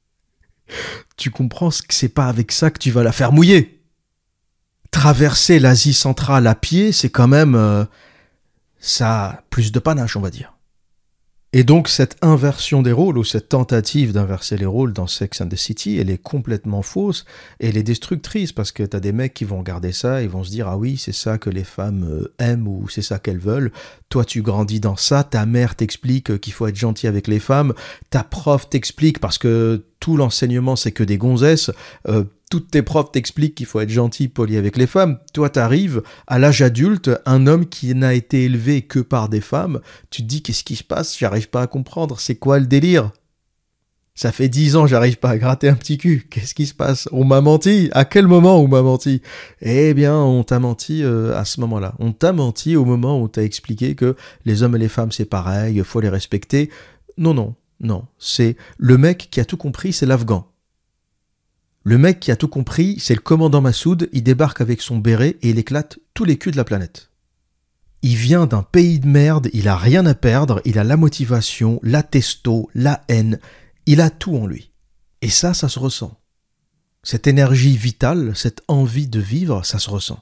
Tu comprends que c'est pas avec ça que tu vas la faire mouiller. Traverser l'Asie centrale à pied, c'est quand même ça a plus de panache, on va dire. Et donc cette inversion des rôles, ou cette tentative d'inverser les rôles dans Sex and the City, elle est complètement fausse et elle est destructrice parce que t'as des mecs qui vont regarder ça et vont se dire « Ah oui, c'est ça que les femmes aiment ou c'est ça qu'elles veulent. Toi, tu grandis dans ça, ta mère t'explique qu'il faut être gentil avec les femmes, ta prof t'explique parce que tout l'enseignement c'est que des gonzesses, toutes tes profs t'expliquent qu'il faut être gentil, poli avec les femmes. Toi, t'arrives à l'âge adulte, un homme qui n'a été élevé que par des femmes. Tu te dis, qu'est-ce qui se passe ? J'arrive pas à comprendre. C'est quoi le délire ? Ça fait 10 ans, j'arrive pas à gratter un petit cul. Qu'est-ce qui se passe ? On m'a menti ? À quel moment on m'a menti ? Eh bien, on t'a menti à ce moment-là. On t'a menti au moment où on t'a expliqué que les hommes et les femmes, c'est pareil, faut les respecter. Non. C'est le mec qui a tout compris, c'est l'Afghan. Le mec qui a tout compris, c'est le commandant Massoud, il débarque avec son béret et il éclate tous les culs de la planète. Il vient d'un pays de merde, il a rien à perdre, il a la motivation, la testo, la haine, il a tout en lui. Et ça se ressent. Cette énergie vitale, cette envie de vivre, ça se ressent.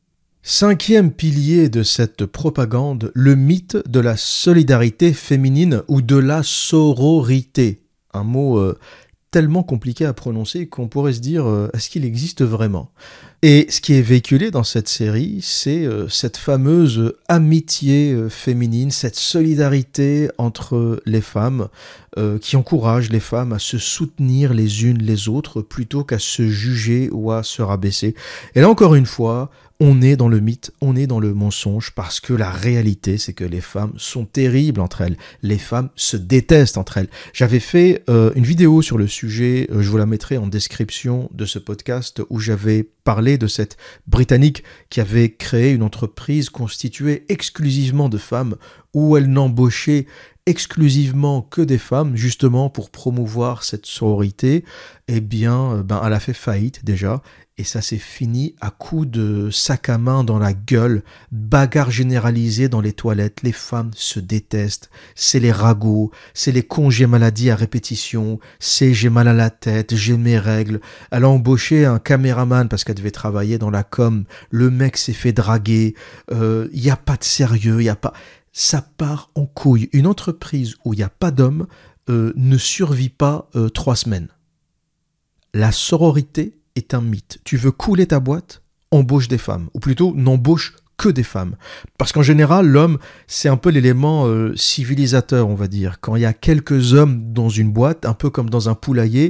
5e pilier de cette propagande, le mythe de la solidarité féminine ou de la sororité. Un mot tellement compliqué à prononcer qu'on pourrait se dire est-ce qu'il existe vraiment ? Et ce qui est véhiculé dans cette série, c'est cette fameuse amitié féminine, cette solidarité entre les femmes qui encourage les femmes à se soutenir les unes les autres plutôt qu'à se juger ou à se rabaisser. Et là encore une fois, on est dans le mythe, on est dans le mensonge parce que la réalité, c'est que les femmes sont terribles entre elles. Les femmes se détestent entre elles. J'avais fait une vidéo sur le sujet, je vous la mettrai en description de ce podcast où j'avais parlé de cette Britannique qui avait créé une entreprise constituée exclusivement de femmes où elle n'embauchait exclusivement que des femmes, justement pour promouvoir cette sororité, eh bien, elle a fait faillite déjà. Et ça s'est fini à coups de sac à main dans la gueule, bagarre généralisée dans les toilettes, les femmes se détestent, c'est les ragots, c'est les congés maladie à répétition, c'est j'ai mal à la tête, j'ai mes règles. Elle a embauché un caméraman parce qu'elle devait travailler dans la com, le mec s'est fait draguer, y a pas de sérieux, y a pas... Ça part en couille. Une entreprise où il n'y a pas d'hommes ne survit pas 3 semaines. La sororité est un mythe. Tu veux couler ta boîte, embauche des femmes. Ou plutôt, n'embauche que des femmes. Parce qu'en général, l'homme, c'est un peu l'élément civilisateur, on va dire. Quand il y a quelques hommes dans une boîte, un peu comme dans un poulailler,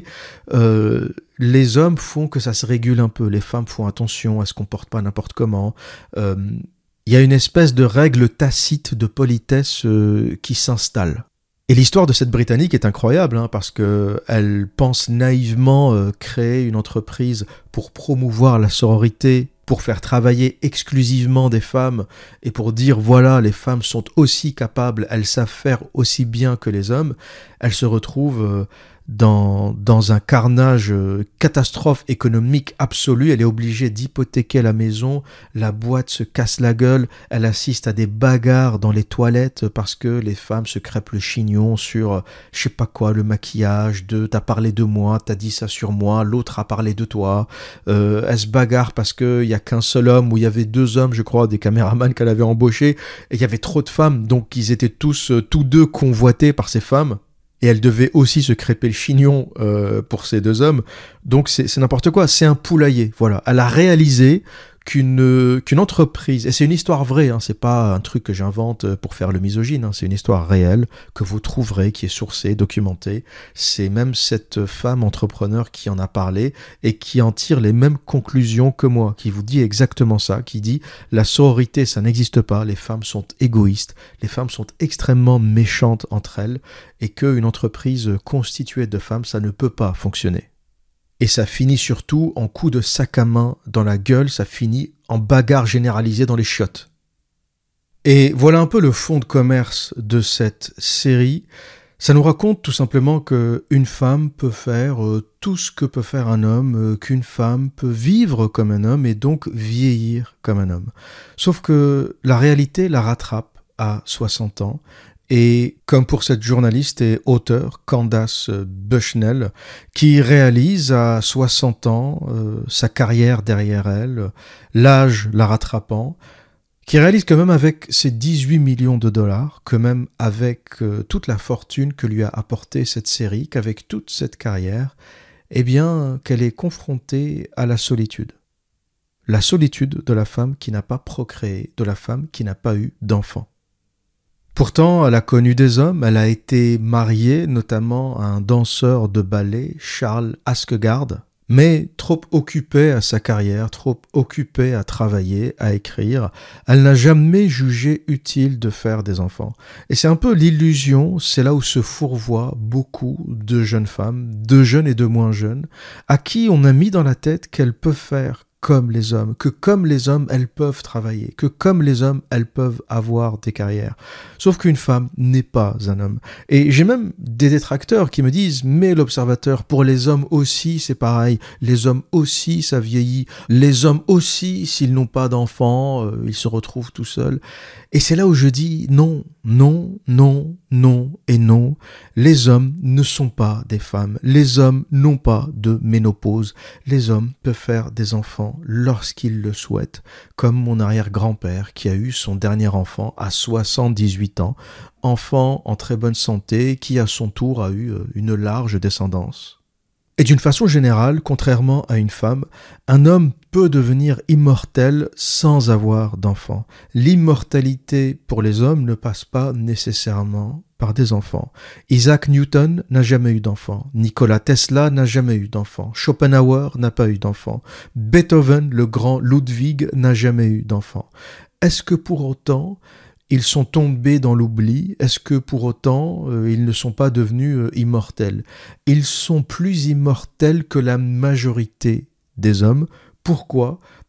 les hommes font que ça se régule un peu. Les femmes font attention, elles ne se comportent pas n'importe comment. Il y a une espèce de règle tacite de politesse qui s'installe. Et l'histoire de cette Britannique est incroyable, parce qu'elle pense naïvement créer une entreprise pour promouvoir la sororité, pour faire travailler exclusivement des femmes et pour dire voilà, les femmes sont aussi capables, elles savent faire aussi bien que les hommes. Elle se retrouve dans un carnage, catastrophe économique absolue. Elle est obligée d'hypothéquer la maison, la boîte se casse la gueule, elle assiste à des bagarres dans les toilettes parce que les femmes se crêpent le chignon sur je sais pas quoi, le maquillage, t'as parlé de moi, t'as dit ça sur moi, l'autre a parlé de toi. Elle se bagarre parce qu'il y a qu'un seul homme, ou il y avait 2 hommes, je crois, des caméramans qu'elle avait embauchés, et il y avait trop de femmes, donc ils étaient tous deux convoités par ces femmes. Et elle devait aussi se crêper le chignon pour ces 2 hommes. Donc c'est n'importe quoi, c'est un poulailler. Voilà, elle a réalisé qu'une entreprise, et c'est une histoire vraie, c'est pas un truc que j'invente pour faire le misogyne, c'est une histoire réelle que vous trouverez, qui est sourcée, documentée. C'est même cette femme entrepreneur qui en a parlé et qui en tire les mêmes conclusions que moi, qui vous dit exactement ça, qui dit la sororité ça n'existe pas, les femmes sont égoïstes, les femmes sont extrêmement méchantes entre elles, et qu'une entreprise constituée de femmes ça ne peut pas fonctionner. Et ça finit surtout en coup de sac à main dans la gueule, ça finit en bagarre généralisée dans les chiottes. Et voilà un peu le fond de commerce de cette série. Ça nous raconte tout simplement qu'une femme peut faire tout ce que peut faire un homme, qu'une femme peut vivre comme un homme et donc vieillir comme un homme. Sauf que la réalité la rattrape à 60 ans. Et comme pour cette journaliste et auteure Candace Bushnell, qui réalise à 60 ans sa carrière derrière elle, l'âge la rattrapant, qui réalise que même avec ses 18 millions de dollars, que même avec toute la fortune que lui a apporté cette série, qu'avec toute cette carrière, eh bien qu'elle est confrontée à la solitude. La solitude de la femme qui n'a pas procréé, de la femme qui n'a pas eu d'enfant. Pourtant, elle a connu des hommes, elle a été mariée notamment à un danseur de ballet, Charles Askegard, mais trop occupée à sa carrière, trop occupée à travailler, à écrire, elle n'a jamais jugé utile de faire des enfants. Et c'est un peu l'illusion, c'est là où se fourvoient beaucoup de jeunes femmes, de jeunes et de moins jeunes, à qui on a mis dans la tête qu'elles peuvent faire comme les hommes, que comme les hommes, elles peuvent travailler, que comme les hommes, elles peuvent avoir des carrières. Sauf qu'une femme n'est pas un homme. Et j'ai même des détracteurs qui me disent « Mais l'observateur, pour les hommes aussi, c'est pareil. Les hommes aussi, ça vieillit. Les hommes aussi, s'ils n'ont pas d'enfants, ils se retrouvent tout seuls. » Et c'est là où je dis non, non, non, non et non. Les hommes ne sont pas des femmes. Les hommes n'ont pas de ménopause. Les hommes peuvent faire des enfants lorsqu'ils le souhaitent, comme mon arrière-grand-père qui a eu son dernier enfant à 78 ans, enfant en très bonne santé qui à son tour a eu une large descendance. Et d'une façon générale, contrairement à une femme, un homme peut devenir immortel sans avoir d'enfant. L'immortalité pour les hommes ne passe pas nécessairement par des enfants. Isaac Newton n'a jamais eu d'enfant. Nikola Tesla n'a jamais eu d'enfant. Schopenhauer n'a pas eu d'enfant. Beethoven, le grand Ludwig, n'a jamais eu d'enfant. Est-ce que pour autant ils sont tombés dans l'oubli? Est-ce que pour autant ils ne sont pas devenus immortels? Ils sont plus immortels que la majorité des hommes. Pourquoi?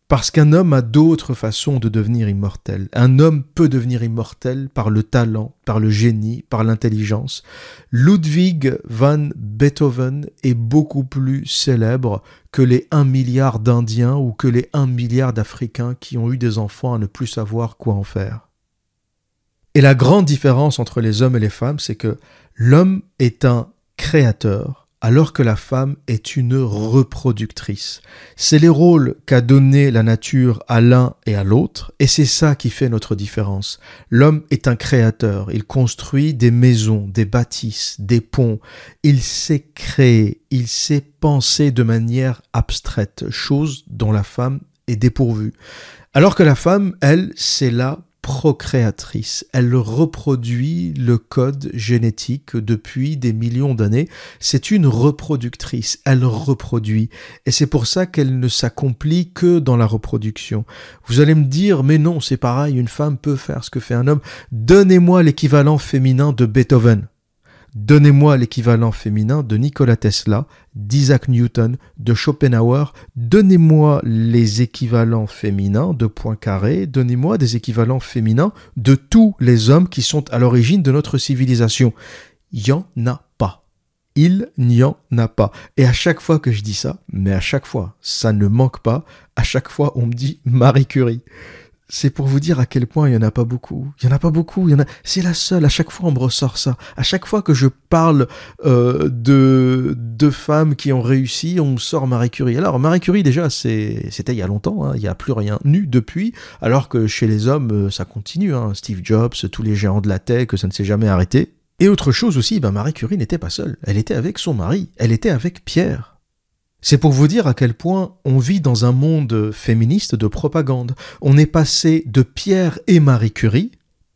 Parce qu'un homme a d'autres façons de devenir immortel. Un homme peut devenir immortel par le talent, par le génie, par l'intelligence. Ludwig van Beethoven est beaucoup plus célèbre que les 1 milliard d'Indiens ou que les 1 milliard d'Africains qui ont eu des enfants à ne plus savoir quoi en faire. Et la grande différence entre les hommes et les femmes, c'est que l'homme est un créateur, alors que la femme est une reproductrice. C'est les rôles qu'a donné la nature à l'un et à l'autre, et c'est ça qui fait notre différence. L'homme est un créateur, il construit des maisons, des bâtisses, des ponts, il sait créer, il sait penser de manière abstraite, chose dont la femme est dépourvue. Alors que la femme, elle, c'est la procréatrice. Elle reproduit le code génétique depuis des millions d'années. C'est une reproductrice. Elle reproduit. Et c'est pour ça qu'elle ne s'accomplit que dans la reproduction. Vous allez me dire, mais non, c'est pareil, une femme peut faire ce que fait un homme. Donnez-moi l'équivalent féminin de Beethoven. Donnez-moi l'équivalent féminin de Nikola Tesla, d'Isaac Newton, de Schopenhauer. Donnez-moi les équivalents féminins de Poincaré. Donnez-moi des équivalents féminins de tous les hommes qui sont à l'origine de notre civilisation. Il n'y en a pas. Il n'y en a pas. Et à chaque fois que je dis ça, mais à chaque fois, ça ne manque pas, à chaque fois on me dit Marie Curie. C'est pour vous dire à quel point il n'y en a pas beaucoup. Il n'y en a pas beaucoup. C'est la seule. À chaque fois, on me ressort ça. À chaque fois que je parle de femmes qui ont réussi, on me sort Marie Curie. Alors, Marie Curie, déjà, c'était il y a longtemps. Hein. Il n'y a plus rien eu depuis. Alors que chez les hommes, ça continue. Hein. Steve Jobs, tous les géants de la tech, ça ne s'est jamais arrêté. Et autre chose aussi, Marie Curie n'était pas seule. Elle était avec son mari. Elle était avec Pierre. C'est pour vous dire à quel point on vit dans un monde féministe de propagande. On est passé de Pierre et Marie Curie,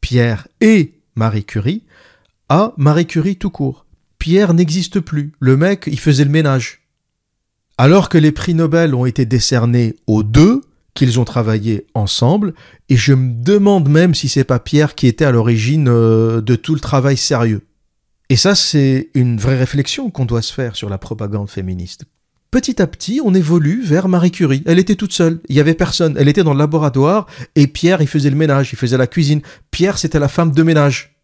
à Marie Curie tout court. Pierre n'existe plus. Le mec, il faisait le ménage. Alors que les prix Nobel ont été décernés aux deux, qu'ils ont travaillé ensemble, et je me demande même si c'est pas Pierre qui était à l'origine de tout le travail sérieux. Et ça, c'est une vraie réflexion qu'on doit se faire sur la propagande féministe. Petit à petit, on évolue vers Marie Curie. Elle était toute seule, il n'y avait personne. Elle était dans le laboratoire et Pierre, il faisait le ménage, il faisait la cuisine. Pierre, c'était la femme de ménage.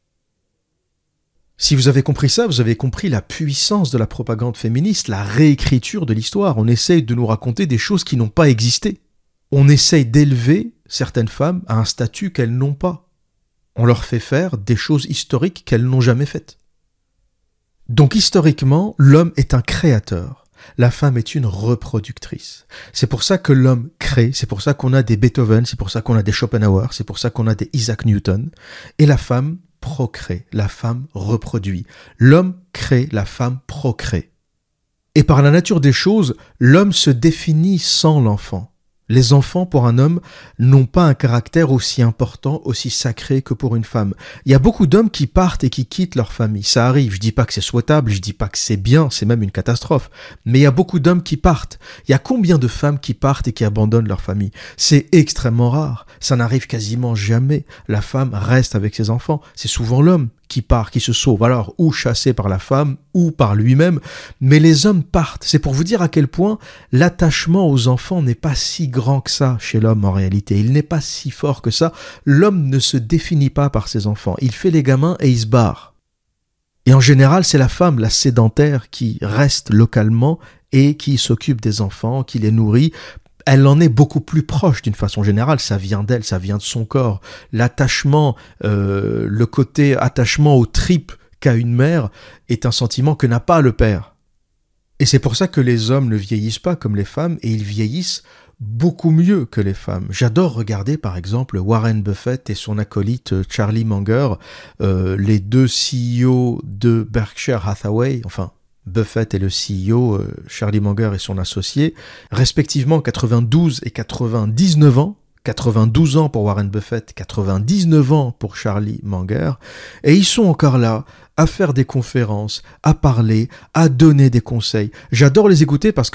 Si vous avez compris ça, vous avez compris la puissance de la propagande féministe, la réécriture de l'histoire. On essaye de nous raconter des choses qui n'ont pas existé. On essaye d'élever certaines femmes à un statut qu'elles n'ont pas. On leur fait faire des choses historiques qu'elles n'ont jamais faites. Donc historiquement, l'homme est un créateur. La femme est une reproductrice. C'est pour ça que l'homme crée, c'est pour ça qu'on a des Beethoven, c'est pour ça qu'on a des Schopenhauer, c'est pour ça qu'on a des Isaac Newton. Et la femme procrée, la femme reproduit. L'homme crée, la femme procrée. Et par la nature des choses, l'homme se définit sans l'enfant. Les enfants, pour un homme, n'ont pas un caractère aussi important, aussi sacré que pour une femme. Il y a beaucoup d'hommes qui partent et qui quittent leur famille. Ça arrive. Je dis pas que c'est souhaitable, je dis pas que c'est bien, c'est même une catastrophe. Mais il y a beaucoup d'hommes qui partent. Il y a combien de femmes qui partent et qui abandonnent leur famille? C'est extrêmement rare. Ça n'arrive quasiment jamais. La femme reste avec ses enfants. C'est souvent l'homme qui part, qui se sauve, alors ou chassé par la femme ou par lui-même, mais les hommes partent. C'est pour vous dire à quel point l'attachement aux enfants n'est pas si grand que ça chez l'homme en réalité. Il n'est pas si fort que ça. L'homme ne se définit pas par ses enfants. Il fait les gamins et il se barre. Et en général, c'est la femme, la sédentaire, qui reste localement et qui s'occupe des enfants, qui les nourrit. Elle en est beaucoup plus proche d'une façon générale, ça vient d'elle, ça vient de son corps. L'attachement, le côté attachement aux tripes qu'a une mère est un sentiment que n'a pas le père. Et c'est pour ça que les hommes ne vieillissent pas comme les femmes et ils vieillissent beaucoup mieux que les femmes. J'adore regarder par exemple Warren Buffett et son acolyte Charlie Munger, les deux CEO de Berkshire Hathaway, enfin Buffett est le CEO, Charlie Munger est son associé, respectivement 92 et 99 ans, 92 ans pour Warren Buffett, 99 ans pour Charlie Munger, et ils sont encore là à faire des conférences, à parler, à donner des conseils. J'adore les écouter parce que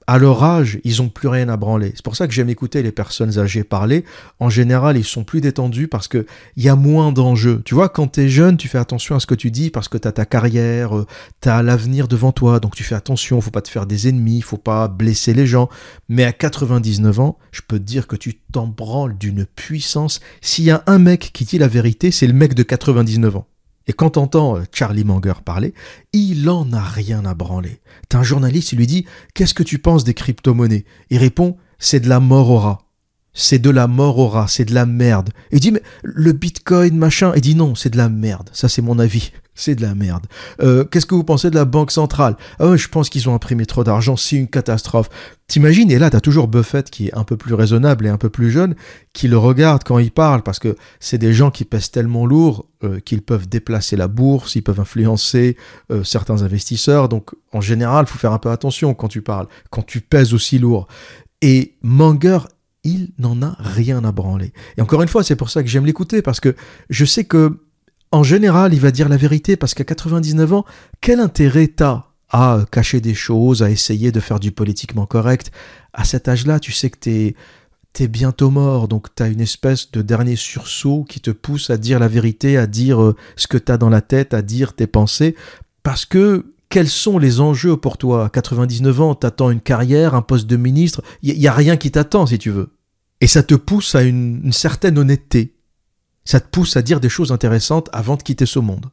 À leur âge, ils ont plus rien à branler. C'est pour ça que j'aime écouter les personnes âgées parler. En général, ils sont plus détendus parce que il y a moins d'enjeux. Tu vois, quand t'es jeune, tu fais attention à ce que tu dis parce que t'as ta carrière, t'as l'avenir devant toi. Donc tu fais attention, faut pas te faire des ennemis, faut pas blesser les gens. Mais à 99 ans, je peux te dire que tu t'en branles d'une puissance. S'il y a un mec qui dit la vérité, c'est le mec de 99 ans. Et quand t'entends Charlie Munger parler, il en a rien à branler. T'as un journaliste, il lui dit « Qu'est-ce que tu penses des crypto-monnaies ?» Il répond « C'est de la mort au rat. C'est de la mort au rat, c'est de la merde. » Il dit « Mais le bitcoin, machin ?» Il dit « Non, c'est de la merde. Ça, c'est mon avis. C'est de la merde. Qu'est-ce que vous pensez de la banque centrale ? Ah ouais, je pense qu'ils ont imprimé trop d'argent, c'est une catastrophe. » T'imagines, et là, t'as toujours Buffett qui est un peu plus raisonnable et un peu plus jeune, qui le regarde quand il parle, parce que c'est des gens qui pèsent tellement lourd qu'ils peuvent déplacer la bourse, ils peuvent influencer certains investisseurs. Donc, en général, il faut faire un peu attention quand tu parles, quand tu pèses aussi lourd. Et Munger, il n'en a rien à branler. Et encore une fois, c'est pour ça que j'aime l'écouter, parce que je sais que en général, il va dire la vérité parce qu'à 99 ans, quel intérêt t'as à cacher des choses, à essayer de faire du politiquement correct ? À cet âge-là, tu sais que t'es bientôt mort, donc t'as une espèce de dernier sursaut qui te pousse à dire la vérité, à dire ce que t'as dans la tête, à dire tes pensées, parce que quels sont les enjeux pour toi ? À 99 ans, t'attends une carrière, un poste de ministre, il y a rien qui t'attend si tu veux. Et ça te pousse à une certaine honnêteté. Ça te pousse à dire des choses intéressantes avant de quitter ce monde.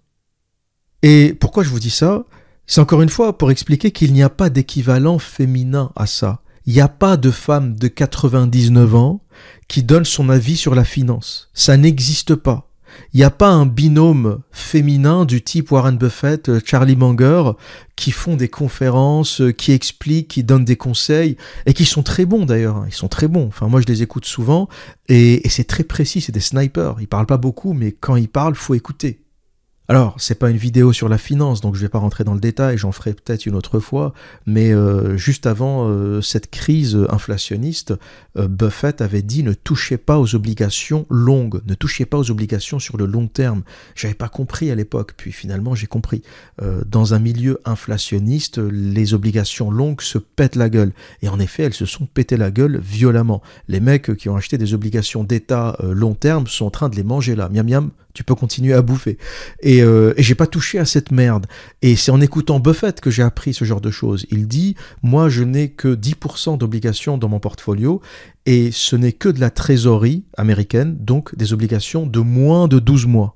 Et pourquoi je vous dis ça ? C'est encore une fois pour expliquer qu'il n'y a pas d'équivalent féminin à ça. Il n'y a pas de femme de 99 ans qui donne son avis sur la finance. Ça n'existe pas. Il n'y a pas un binôme féminin du type Warren Buffett, Charlie Munger, qui font des conférences, qui expliquent, qui donnent des conseils, et qui sont très bons d'ailleurs. Ils sont très bons. Enfin, moi, je les écoute souvent, et c'est très précis, c'est des snipers. Ils parlent pas beaucoup, mais quand ils parlent, faut écouter. Alors, c'est pas une vidéo sur la finance, donc je vais pas rentrer dans le détail, j'en ferai peut-être une autre fois, mais juste avant cette crise inflationniste, Buffett avait dit ne touchez pas aux obligations longues, ne touchez pas aux obligations sur le long terme. J'avais pas compris à l'époque, puis finalement j'ai compris. Dans un milieu inflationniste, les obligations longues se pètent la gueule. Et en effet, elles se sont pétées la gueule violemment. Les mecs qui ont acheté des obligations d'État long terme sont en train de les manger là. Miam miam, tu peux continuer à bouffer. Et j'ai pas touché à cette merde. Et c'est en écoutant Buffett que j'ai appris ce genre de choses. Il dit, moi je n'ai que 10% d'obligations dans mon portfolio et ce n'est que de la trésorerie américaine, donc des obligations de moins de 12 mois.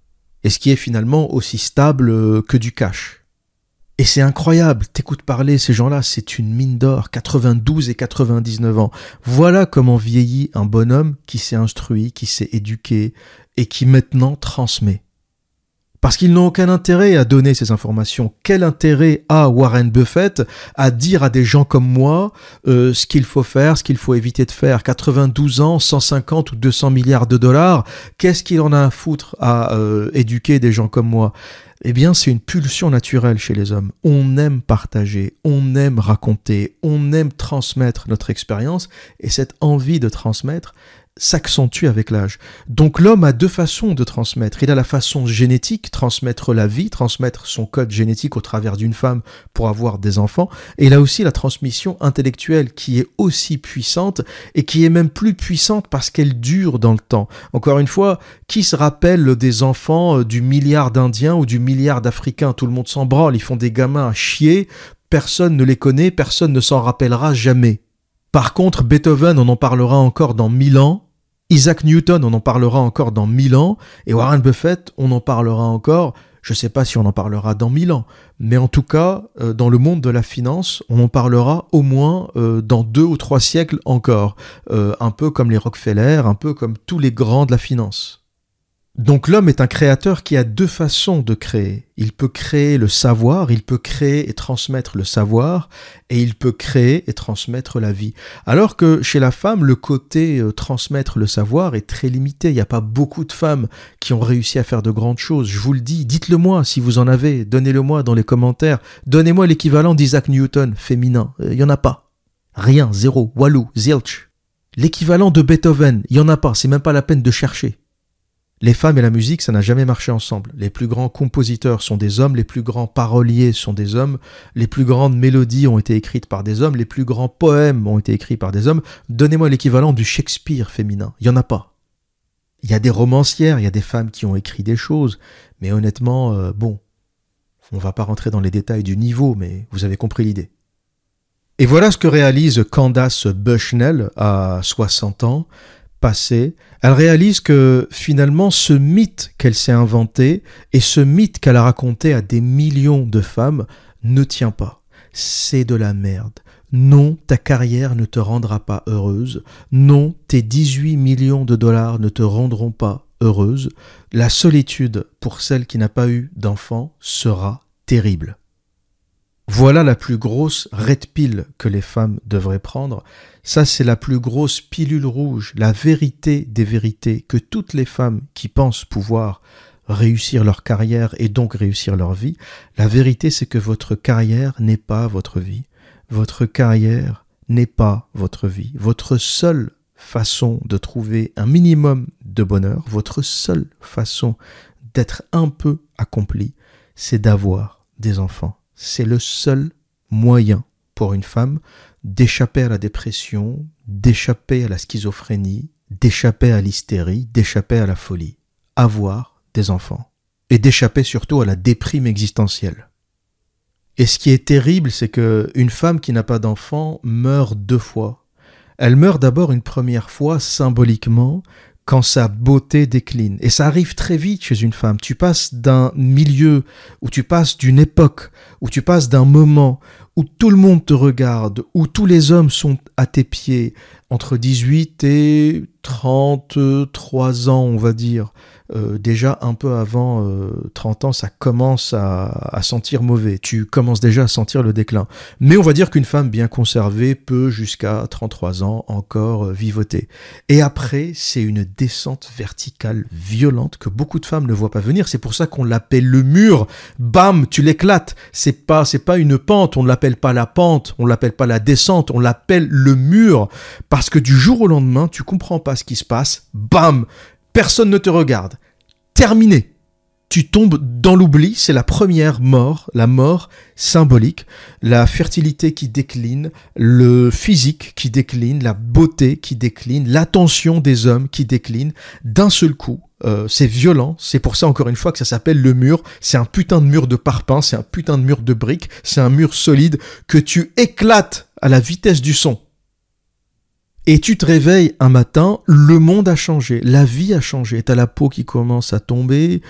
Et ce qui est finalement aussi stable que du cash. Et c'est incroyable, t'écoutes parler ces gens-là, c'est une mine d'or, 92 et 99 ans. Voilà comment vieillit un bonhomme qui s'est instruit, qui s'est éduqué et qui maintenant transmet. Parce qu'ils n'ont aucun intérêt à donner ces informations. Quel intérêt a Warren Buffett à dire à des gens comme moi ce qu'il faut faire, ce qu'il faut éviter de faire ? 92 ans, 150 ou 200 milliards de dollars, qu'est-ce qu'il en a à foutre à éduquer des gens comme moi ? Eh bien, c'est une pulsion naturelle chez les hommes. On aime partager, on aime raconter, on aime transmettre notre expérience, et cette envie de transmettre s'accentue avec l'âge. Donc l'homme a deux façons de transmettre. Il a la façon génétique, transmettre la vie, transmettre son code génétique au travers d'une femme pour avoir des enfants, et il a aussi la transmission intellectuelle qui est aussi puissante, et qui est même plus puissante parce qu'elle dure dans le temps. Encore une fois, qui se rappelle des enfants du milliard d'Indiens ou du milliard d'Africains ? Tout le monde s'en branle, ils font des gamins à chier, personne ne les connaît, personne ne s'en rappellera jamais. Par contre, Beethoven, on en parlera encore dans 1000 ans, Isaac Newton, on en parlera encore dans 1000 ans, et Warren Buffett, on en parlera encore, je ne sais pas si on en parlera dans 1000 ans, mais en tout cas, dans le monde de la finance, on en parlera au moins dans 2 ou 3 siècles encore, un peu comme les Rockefeller, un peu comme tous les grands de la finance. Donc l'homme est un créateur qui a deux façons de créer. Il peut créer le savoir, il peut créer et transmettre le savoir, et il peut créer et transmettre la vie. Alors que chez la femme, le côté transmettre le savoir est très limité. Il n'y a pas beaucoup de femmes qui ont réussi à faire de grandes choses. Je vous le dis, dites-le moi si vous en avez, donnez-le moi dans les commentaires. Donnez-moi l'équivalent d'Isaac Newton féminin. Il n'y en a pas. Rien, zéro, walou, zilch. L'équivalent de Beethoven, il n'y en a pas, c'est même pas la peine de chercher. Les femmes et la musique, ça n'a jamais marché ensemble. Les plus grands compositeurs sont des hommes, les plus grands paroliers sont des hommes, les plus grandes mélodies ont été écrites par des hommes, les plus grands poèmes ont été écrits par des hommes. Donnez-moi l'équivalent du Shakespeare féminin. Il n'y en a pas. Il y a des romancières, il y a des femmes qui ont écrit des choses, mais honnêtement, on va pas rentrer dans les détails du niveau, mais vous avez compris l'idée. Et voilà ce que réalise Candace Bushnell à 60 ans passés. Elle réalise que finalement ce mythe qu'elle s'est inventé et ce mythe qu'elle a raconté à des millions de femmes ne tient pas. C'est de la merde. Non, ta carrière ne te rendra pas heureuse. Non, tes 18 millions de dollars ne te rendront pas heureuse. La solitude pour celle qui n'a pas eu d'enfant sera terrible. Voilà la plus grosse red pill que les femmes devraient prendre. Ça, c'est la plus grosse pilule rouge, la vérité des vérités que toutes les femmes qui pensent pouvoir réussir leur carrière et donc réussir leur vie. La vérité, c'est que votre carrière n'est pas votre vie. Votre carrière n'est pas votre vie. Votre seule façon de trouver un minimum de bonheur, votre seule façon d'être un peu accompli, c'est d'avoir des enfants. C'est le seul moyen pour une femme d'échapper à la dépression, d'échapper à la schizophrénie, d'échapper à l'hystérie, d'échapper à la folie. Avoir des enfants. Et d'échapper surtout à la déprime existentielle. Et ce qui est terrible, c'est qu'une femme qui n'a pas d'enfant meurt 2 fois. Elle meurt d'abord une première fois symboliquement, quand sa beauté décline. Et ça arrive très vite chez une femme. Tu passes d'un milieu, où tu passes d'une époque, où tu passes d'un moment, où tout le monde te regarde, où tous les hommes sont à tes pieds, entre 18 et 33 ans, on va dire. Déjà un peu avant 30 ans, ça commence à sentir mauvais. Tu commences déjà à sentir le déclin. Mais on va dire qu'une femme bien conservée peut jusqu'à 33 ans encore vivoter. Et après, c'est une descente verticale violente que beaucoup de femmes ne voient pas venir. C'est pour ça qu'on l'appelle le mur. Bam, tu l'éclates. C'est pas une pente. On ne l'appelle pas la pente. On ne l'appelle pas la descente. On l'appelle le mur. Parce que du jour au lendemain, tu comprends pas ce qui se passe. Bam! Personne ne te regarde. Terminé. Tu tombes dans l'oubli, c'est la première mort, la mort symbolique, la fertilité qui décline, le physique qui décline, la beauté qui décline, l'attention des hommes qui décline d'un seul coup. C'est violent, c'est pour ça encore une fois que ça s'appelle le mur, c'est un putain de mur de parpaing, c'est un putain de mur de briques, c'est un mur solide que tu éclates à la vitesse du son. Et tu te réveilles un matin, le monde a changé, la vie a changé. T'as la peau qui commence à tomber,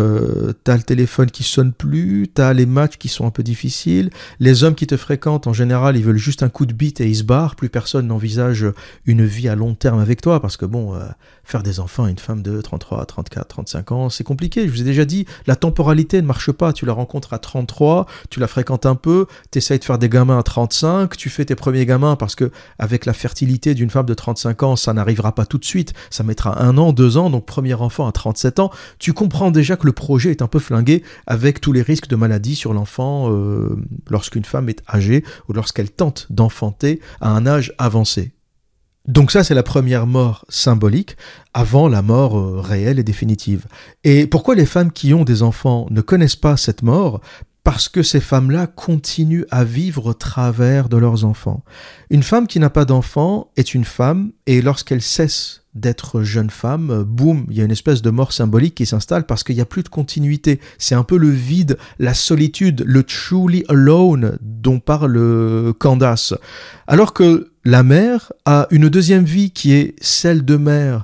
t'as le téléphone qui sonne plus, t'as les matchs qui sont un peu difficiles. Les hommes qui te fréquentent, en général, ils veulent juste un coup de bite et ils se barrent. Plus personne n'envisage une vie à long terme avec toi parce que faire des enfants à une femme de 33, 34, 35 ans, c'est compliqué. Je vous ai déjà dit, la temporalité ne marche pas. Tu la rencontres à 33, tu la fréquentes un peu, t'essayes de faire des gamins à 35, tu fais tes premiers gamins parce que avec la fertilité d'une femme de 35 ans, ça n'arrivera pas tout de suite, ça mettra 1 an, 2 ans, donc premier enfant à 37 ans, tu comprends déjà que le projet est un peu flingué avec tous les risques de maladie sur l'enfant lorsqu'une femme est âgée ou lorsqu'elle tente d'enfanter à un âge avancé. Donc ça, c'est la première mort symbolique avant la mort réelle et définitive. Et pourquoi les femmes qui ont des enfants ne connaissent pas cette mort ? Parce que ces femmes-là continuent à vivre au travers de leurs enfants. Une femme qui n'a pas d'enfant est une femme, et lorsqu'elle cesse d'être jeune femme, boum, il y a une espèce de mort symbolique qui s'installe parce qu'il n'y a plus de continuité. C'est un peu le vide, la solitude, le truly alone dont parle Candace. Alors que la mère a une deuxième vie qui est celle de mère.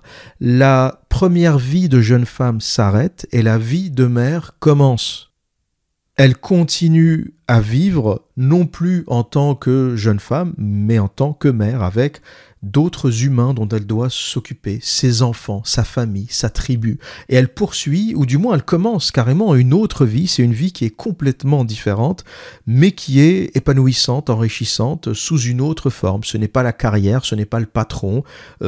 La première vie de jeune femme s'arrête et la vie de mère commence. Elle continue à vivre non plus en tant que jeune femme, mais en tant que mère avec d'autres humains dont elle doit s'occuper, ses enfants, sa famille, sa tribu. Et elle poursuit, ou du moins elle commence carrément une autre vie, c'est une vie qui est complètement différente, mais qui est épanouissante, enrichissante, sous une autre forme. Ce n'est pas la carrière, ce n'est pas le patron,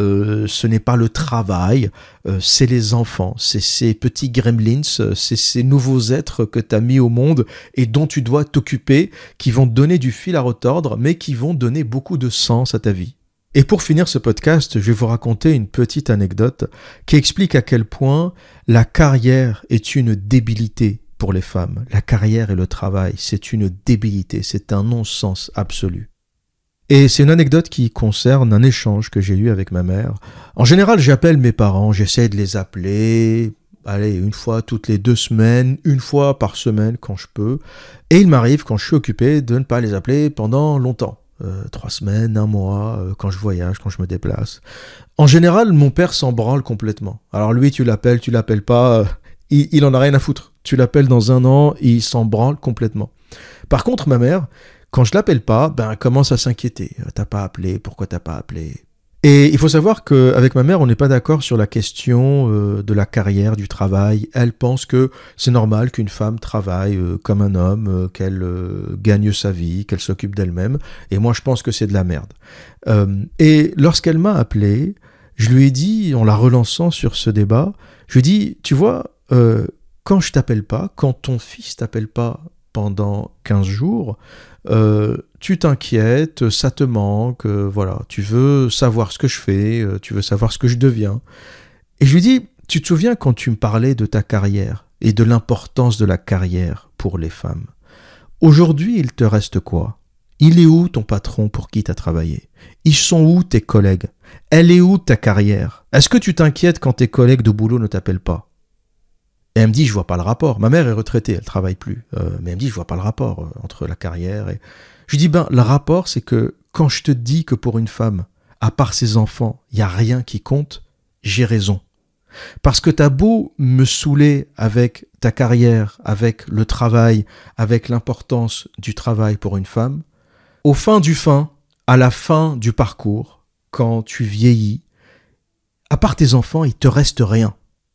ce n'est pas le travail, c'est les enfants, c'est ces petits gremlins, c'est ces nouveaux êtres que tu as mis au monde et dont tu dois t'occuper, qui vont te donner du fil à retordre, mais qui vont donner beaucoup de sens à ta vie. Et pour finir ce podcast, je vais vous raconter une petite anecdote qui explique à quel point la carrière est une débilité pour les femmes. La carrière et le travail, c'est une débilité, c'est un non-sens absolu. Et c'est une anecdote qui concerne un échange que j'ai eu avec ma mère. En général, j'appelle mes parents, j'essaie de les appeler, une fois toutes les 2 semaines, une fois par semaine quand je peux. Et il m'arrive, quand je suis occupé, de ne pas les appeler pendant longtemps. 3 semaines, 1 mois, quand je voyage, quand je me déplace. En général, mon père s'en branle complètement. Alors lui, tu l'appelles pas, il en a rien à foutre. Tu l'appelles dans 1 an, il s'en branle complètement. Par contre, ma mère, quand je l'appelle pas, elle commence à s'inquiéter. T'as pas appelé, pourquoi t'as pas appelé ? Et il faut savoir qu'avec ma mère, on n'est pas d'accord sur la question de la carrière, du travail. Elle pense que c'est normal qu'une femme travaille comme un homme, qu'elle gagne sa vie, qu'elle s'occupe d'elle-même. Et moi, je pense que c'est de la merde. Et lorsqu'elle m'a appelé, je lui ai dit, en la relançant sur ce débat, je lui ai dit, tu vois, quand je t'appelle pas, quand ton fils t'appelle pas pendant 15 jours, tu t'inquiètes, ça te manque, voilà, tu veux savoir ce que je fais, tu veux savoir ce que je deviens. Et je lui dis, tu te souviens quand tu me parlais de ta carrière et de l'importance de la carrière pour les femmes ? Aujourd'hui, il te reste quoi ? Il est où ton patron pour qui tu as travaillé ? Ils sont où tes collègues ? Elle est où ta carrière ? Est-ce que tu t'inquiètes quand tes collègues de boulot ne t'appellent pas ? Et elle me dit, je vois pas le rapport. Ma mère est retraitée, elle travaille plus. Mais elle me dit, je vois pas le rapport entre la carrière et... Je dis, le rapport, c'est que quand je te dis que pour une femme, à part ses enfants, il n'y a rien qui compte, j'ai raison. Parce que t'as beau me saouler avec ta carrière, avec le travail, avec l'importance du travail pour une femme, au fin du fin, à la fin du parcours, quand tu vieillis, à part tes enfants, il te reste rien.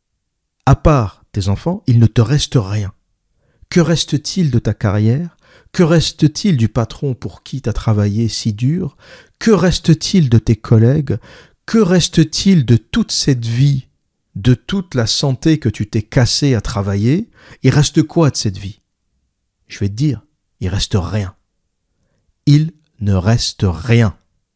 À part tes enfants, il ne te reste rien. Que reste-t-il de ta carrière ? Que reste-t-il du patron pour qui tu as travaillé si dur ? Que reste-t-il de tes collègues ? Que reste-t-il de toute cette vie, de toute la santé que tu t'es cassée à travailler ? Il reste quoi de cette vie ? Je vais te dire, il reste rien. Il ne reste rien.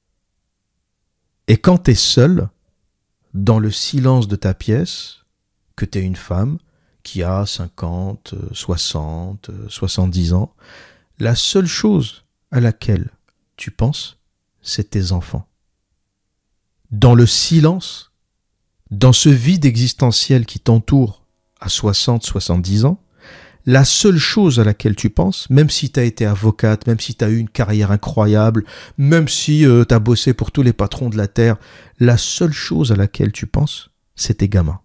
Et quand tu es seul, dans le silence de ta pièce, que tu es une femme qui a 50, 60, 70 ans, la seule chose à laquelle tu penses, c'est tes enfants. Dans le silence, dans ce vide existentiel qui t'entoure à 60, 70 ans, la seule chose à laquelle tu penses, même si tu as été avocate, même si tu as eu une carrière incroyable, même si tu as bossé pour tous les patrons de la Terre, la seule chose à laquelle tu penses, c'est tes gamins.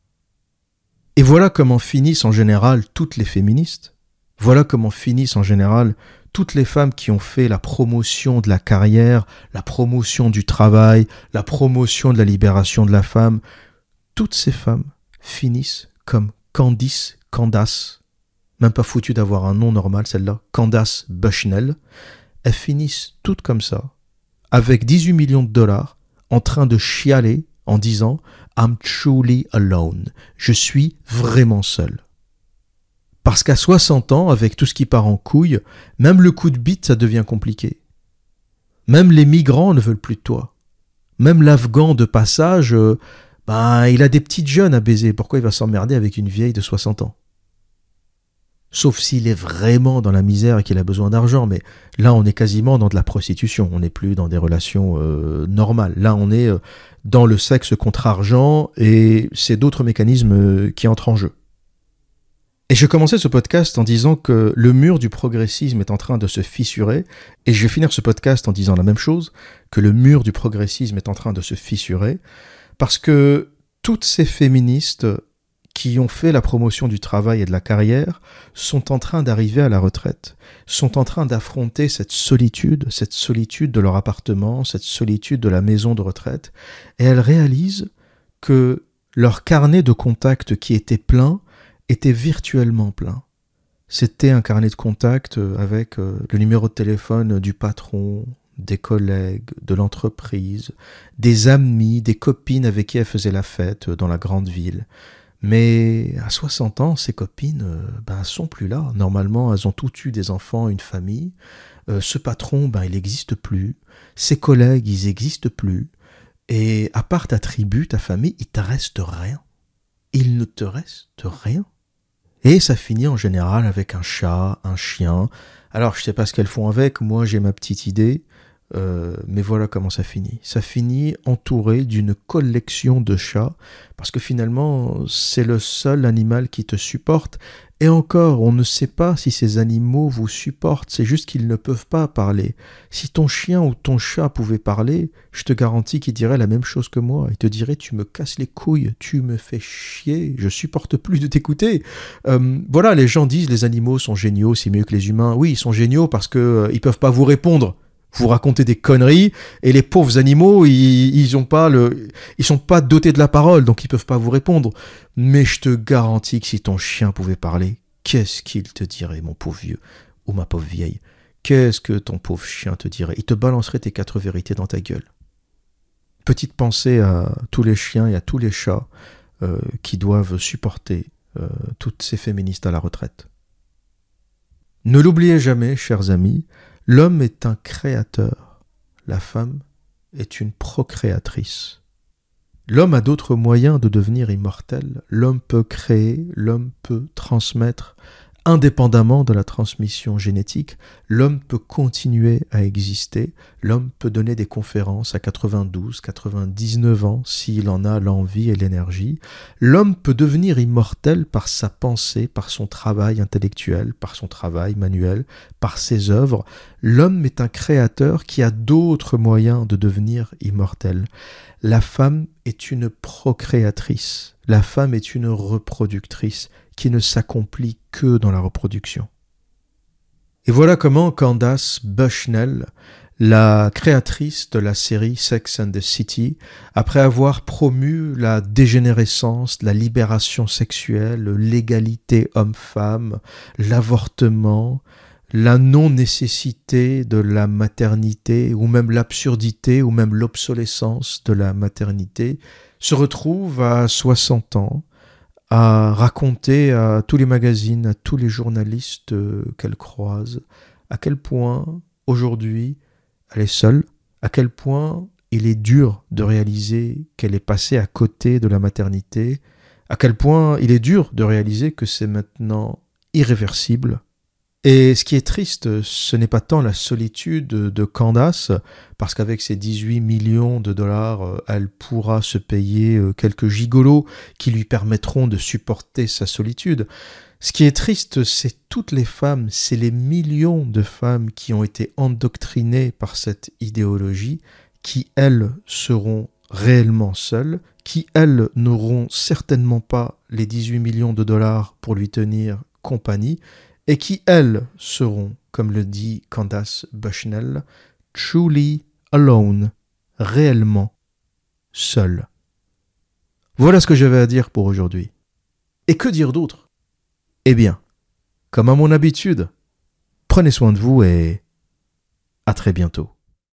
Et voilà comment finissent en général toutes les féministes. Voilà comment finissent en général toutes les femmes qui ont fait la promotion de la carrière, la promotion du travail, la promotion de la libération de la femme. Toutes ces femmes finissent comme Candace, même pas foutu d'avoir un nom normal celle-là, Candace Bushnell. Elles finissent toutes comme ça, avec 18 millions de dollars, en train de chialer en disant « I'm truly alone ». Je suis vraiment seul. Parce qu'à 60 ans, avec tout ce qui part en couille, même le coup de bite, ça devient compliqué. Même les migrants ne veulent plus de toi. Même l'Afghan de passage, il a des petites jeunes à baiser. Pourquoi il va s'emmerder avec une vieille de 60 ans ? Sauf s'il est vraiment dans la misère et qu'il a besoin d'argent. Mais là, on est quasiment dans de la prostitution. On n'est plus dans des relations normales. Là, on est dans le sexe contre argent et c'est d'autres mécanismes qui entrent en jeu. Et je commençais ce podcast en disant que le mur du progressisme est en train de se fissurer, et je vais finir ce podcast en disant la même chose, que le mur du progressisme est en train de se fissurer, parce que toutes ces féministes qui ont fait la promotion du travail et de la carrière sont en train d'arriver à la retraite, sont en train d'affronter cette solitude de leur appartement, cette solitude de la maison de retraite, et elles réalisent que leur carnet de contacts qui était plein était virtuellement plein. C'était un carnet de contact avec le numéro de téléphone du patron, des collègues, de l'entreprise, des amis, des copines avec qui elle faisait la fête dans la grande ville. Mais à 60 ans, ces copines sont plus là. Normalement, elles ont toutes eu des enfants, une famille. ce patron, il n'existe plus, ses collègues, ils n'existent plus, et à part ta tribu, ta famille, il te reste rien. Il ne te reste rien. Et ça finit en général avec un chat, un chien. Alors, je ne sais pas ce qu'elles font avec, moi j'ai ma petite idée, mais voilà comment ça finit. Ça finit entouré d'une collection de chats, parce que finalement, c'est le seul animal qui te supporte. Et encore, on ne sait pas si ces animaux vous supportent, c'est juste qu'ils ne peuvent pas parler. Si ton chien ou ton chat pouvait parler, je te garantis qu'il dirait la même chose que moi. Il te dirait, tu me casses les couilles, tu me fais chier, je supporte plus de t'écouter. Voilà, les gens disent les animaux sont géniaux, c'est mieux que les humains. Oui, ils sont géniaux parce que ils peuvent pas vous répondre. Vous racontez des conneries et les pauvres animaux, ils sont pas dotés de la parole, donc ils peuvent pas vous répondre. Mais je te garantis que si ton chien pouvait parler, qu'est-ce qu'il te dirait, mon pauvre vieux ou ma pauvre vieille? Qu'est-ce que ton pauvre chien te dirait? Il te balancerait tes 4 vérités dans ta gueule. Petite pensée à tous les chiens et à tous les chats qui doivent supporter toutes ces féministes à la retraite. Ne l'oubliez jamais, chers amis, l'homme est un créateur, la femme est une procréatrice. L'homme a d'autres moyens de devenir immortel, l'homme peut créer, l'homme peut transmettre. Indépendamment de la transmission génétique, l'homme peut continuer à exister, l'homme peut donner des conférences à 92, 99 ans s'il en a l'envie et l'énergie. L'homme peut devenir immortel par sa pensée, par son travail intellectuel, par son travail manuel, par ses œuvres. L'homme est un créateur qui a d'autres moyens de devenir immortel. La femme est une procréatrice, la femme est une reproductrice qui ne s'accomplit que dans la reproduction. Et voilà comment Candace Bushnell, la créatrice de la série Sex and the City, après avoir promu la dégénérescence, la libération sexuelle, l'égalité homme-femme, l'avortement, la non-nécessité de la maternité, ou même l'absurdité, ou même l'obsolescence de la maternité, se retrouve à 60 ans, à raconter à tous les magazines, à tous les journalistes qu'elle croise, à quel point aujourd'hui elle est seule, à quel point il est dur de réaliser qu'elle est passée à côté de la maternité, à quel point il est dur de réaliser que c'est maintenant irréversible. Et ce qui est triste, ce n'est pas tant la solitude de Candace, parce qu'avec ses 18 millions de dollars, elle pourra se payer quelques gigolos qui lui permettront de supporter sa solitude. Ce qui est triste, c'est toutes les femmes, c'est les millions de femmes qui ont été endoctrinées par cette idéologie, qui, elles, seront réellement seules, qui, elles, n'auront certainement pas les 18 millions de dollars pour lui tenir compagnie, et qui, elles, seront, comme le dit Candace Bushnell, truly alone, réellement seules. Voilà ce que j'avais à dire pour aujourd'hui. Et que dire d'autre? Eh bien, comme à mon habitude, prenez soin de vous et à très bientôt.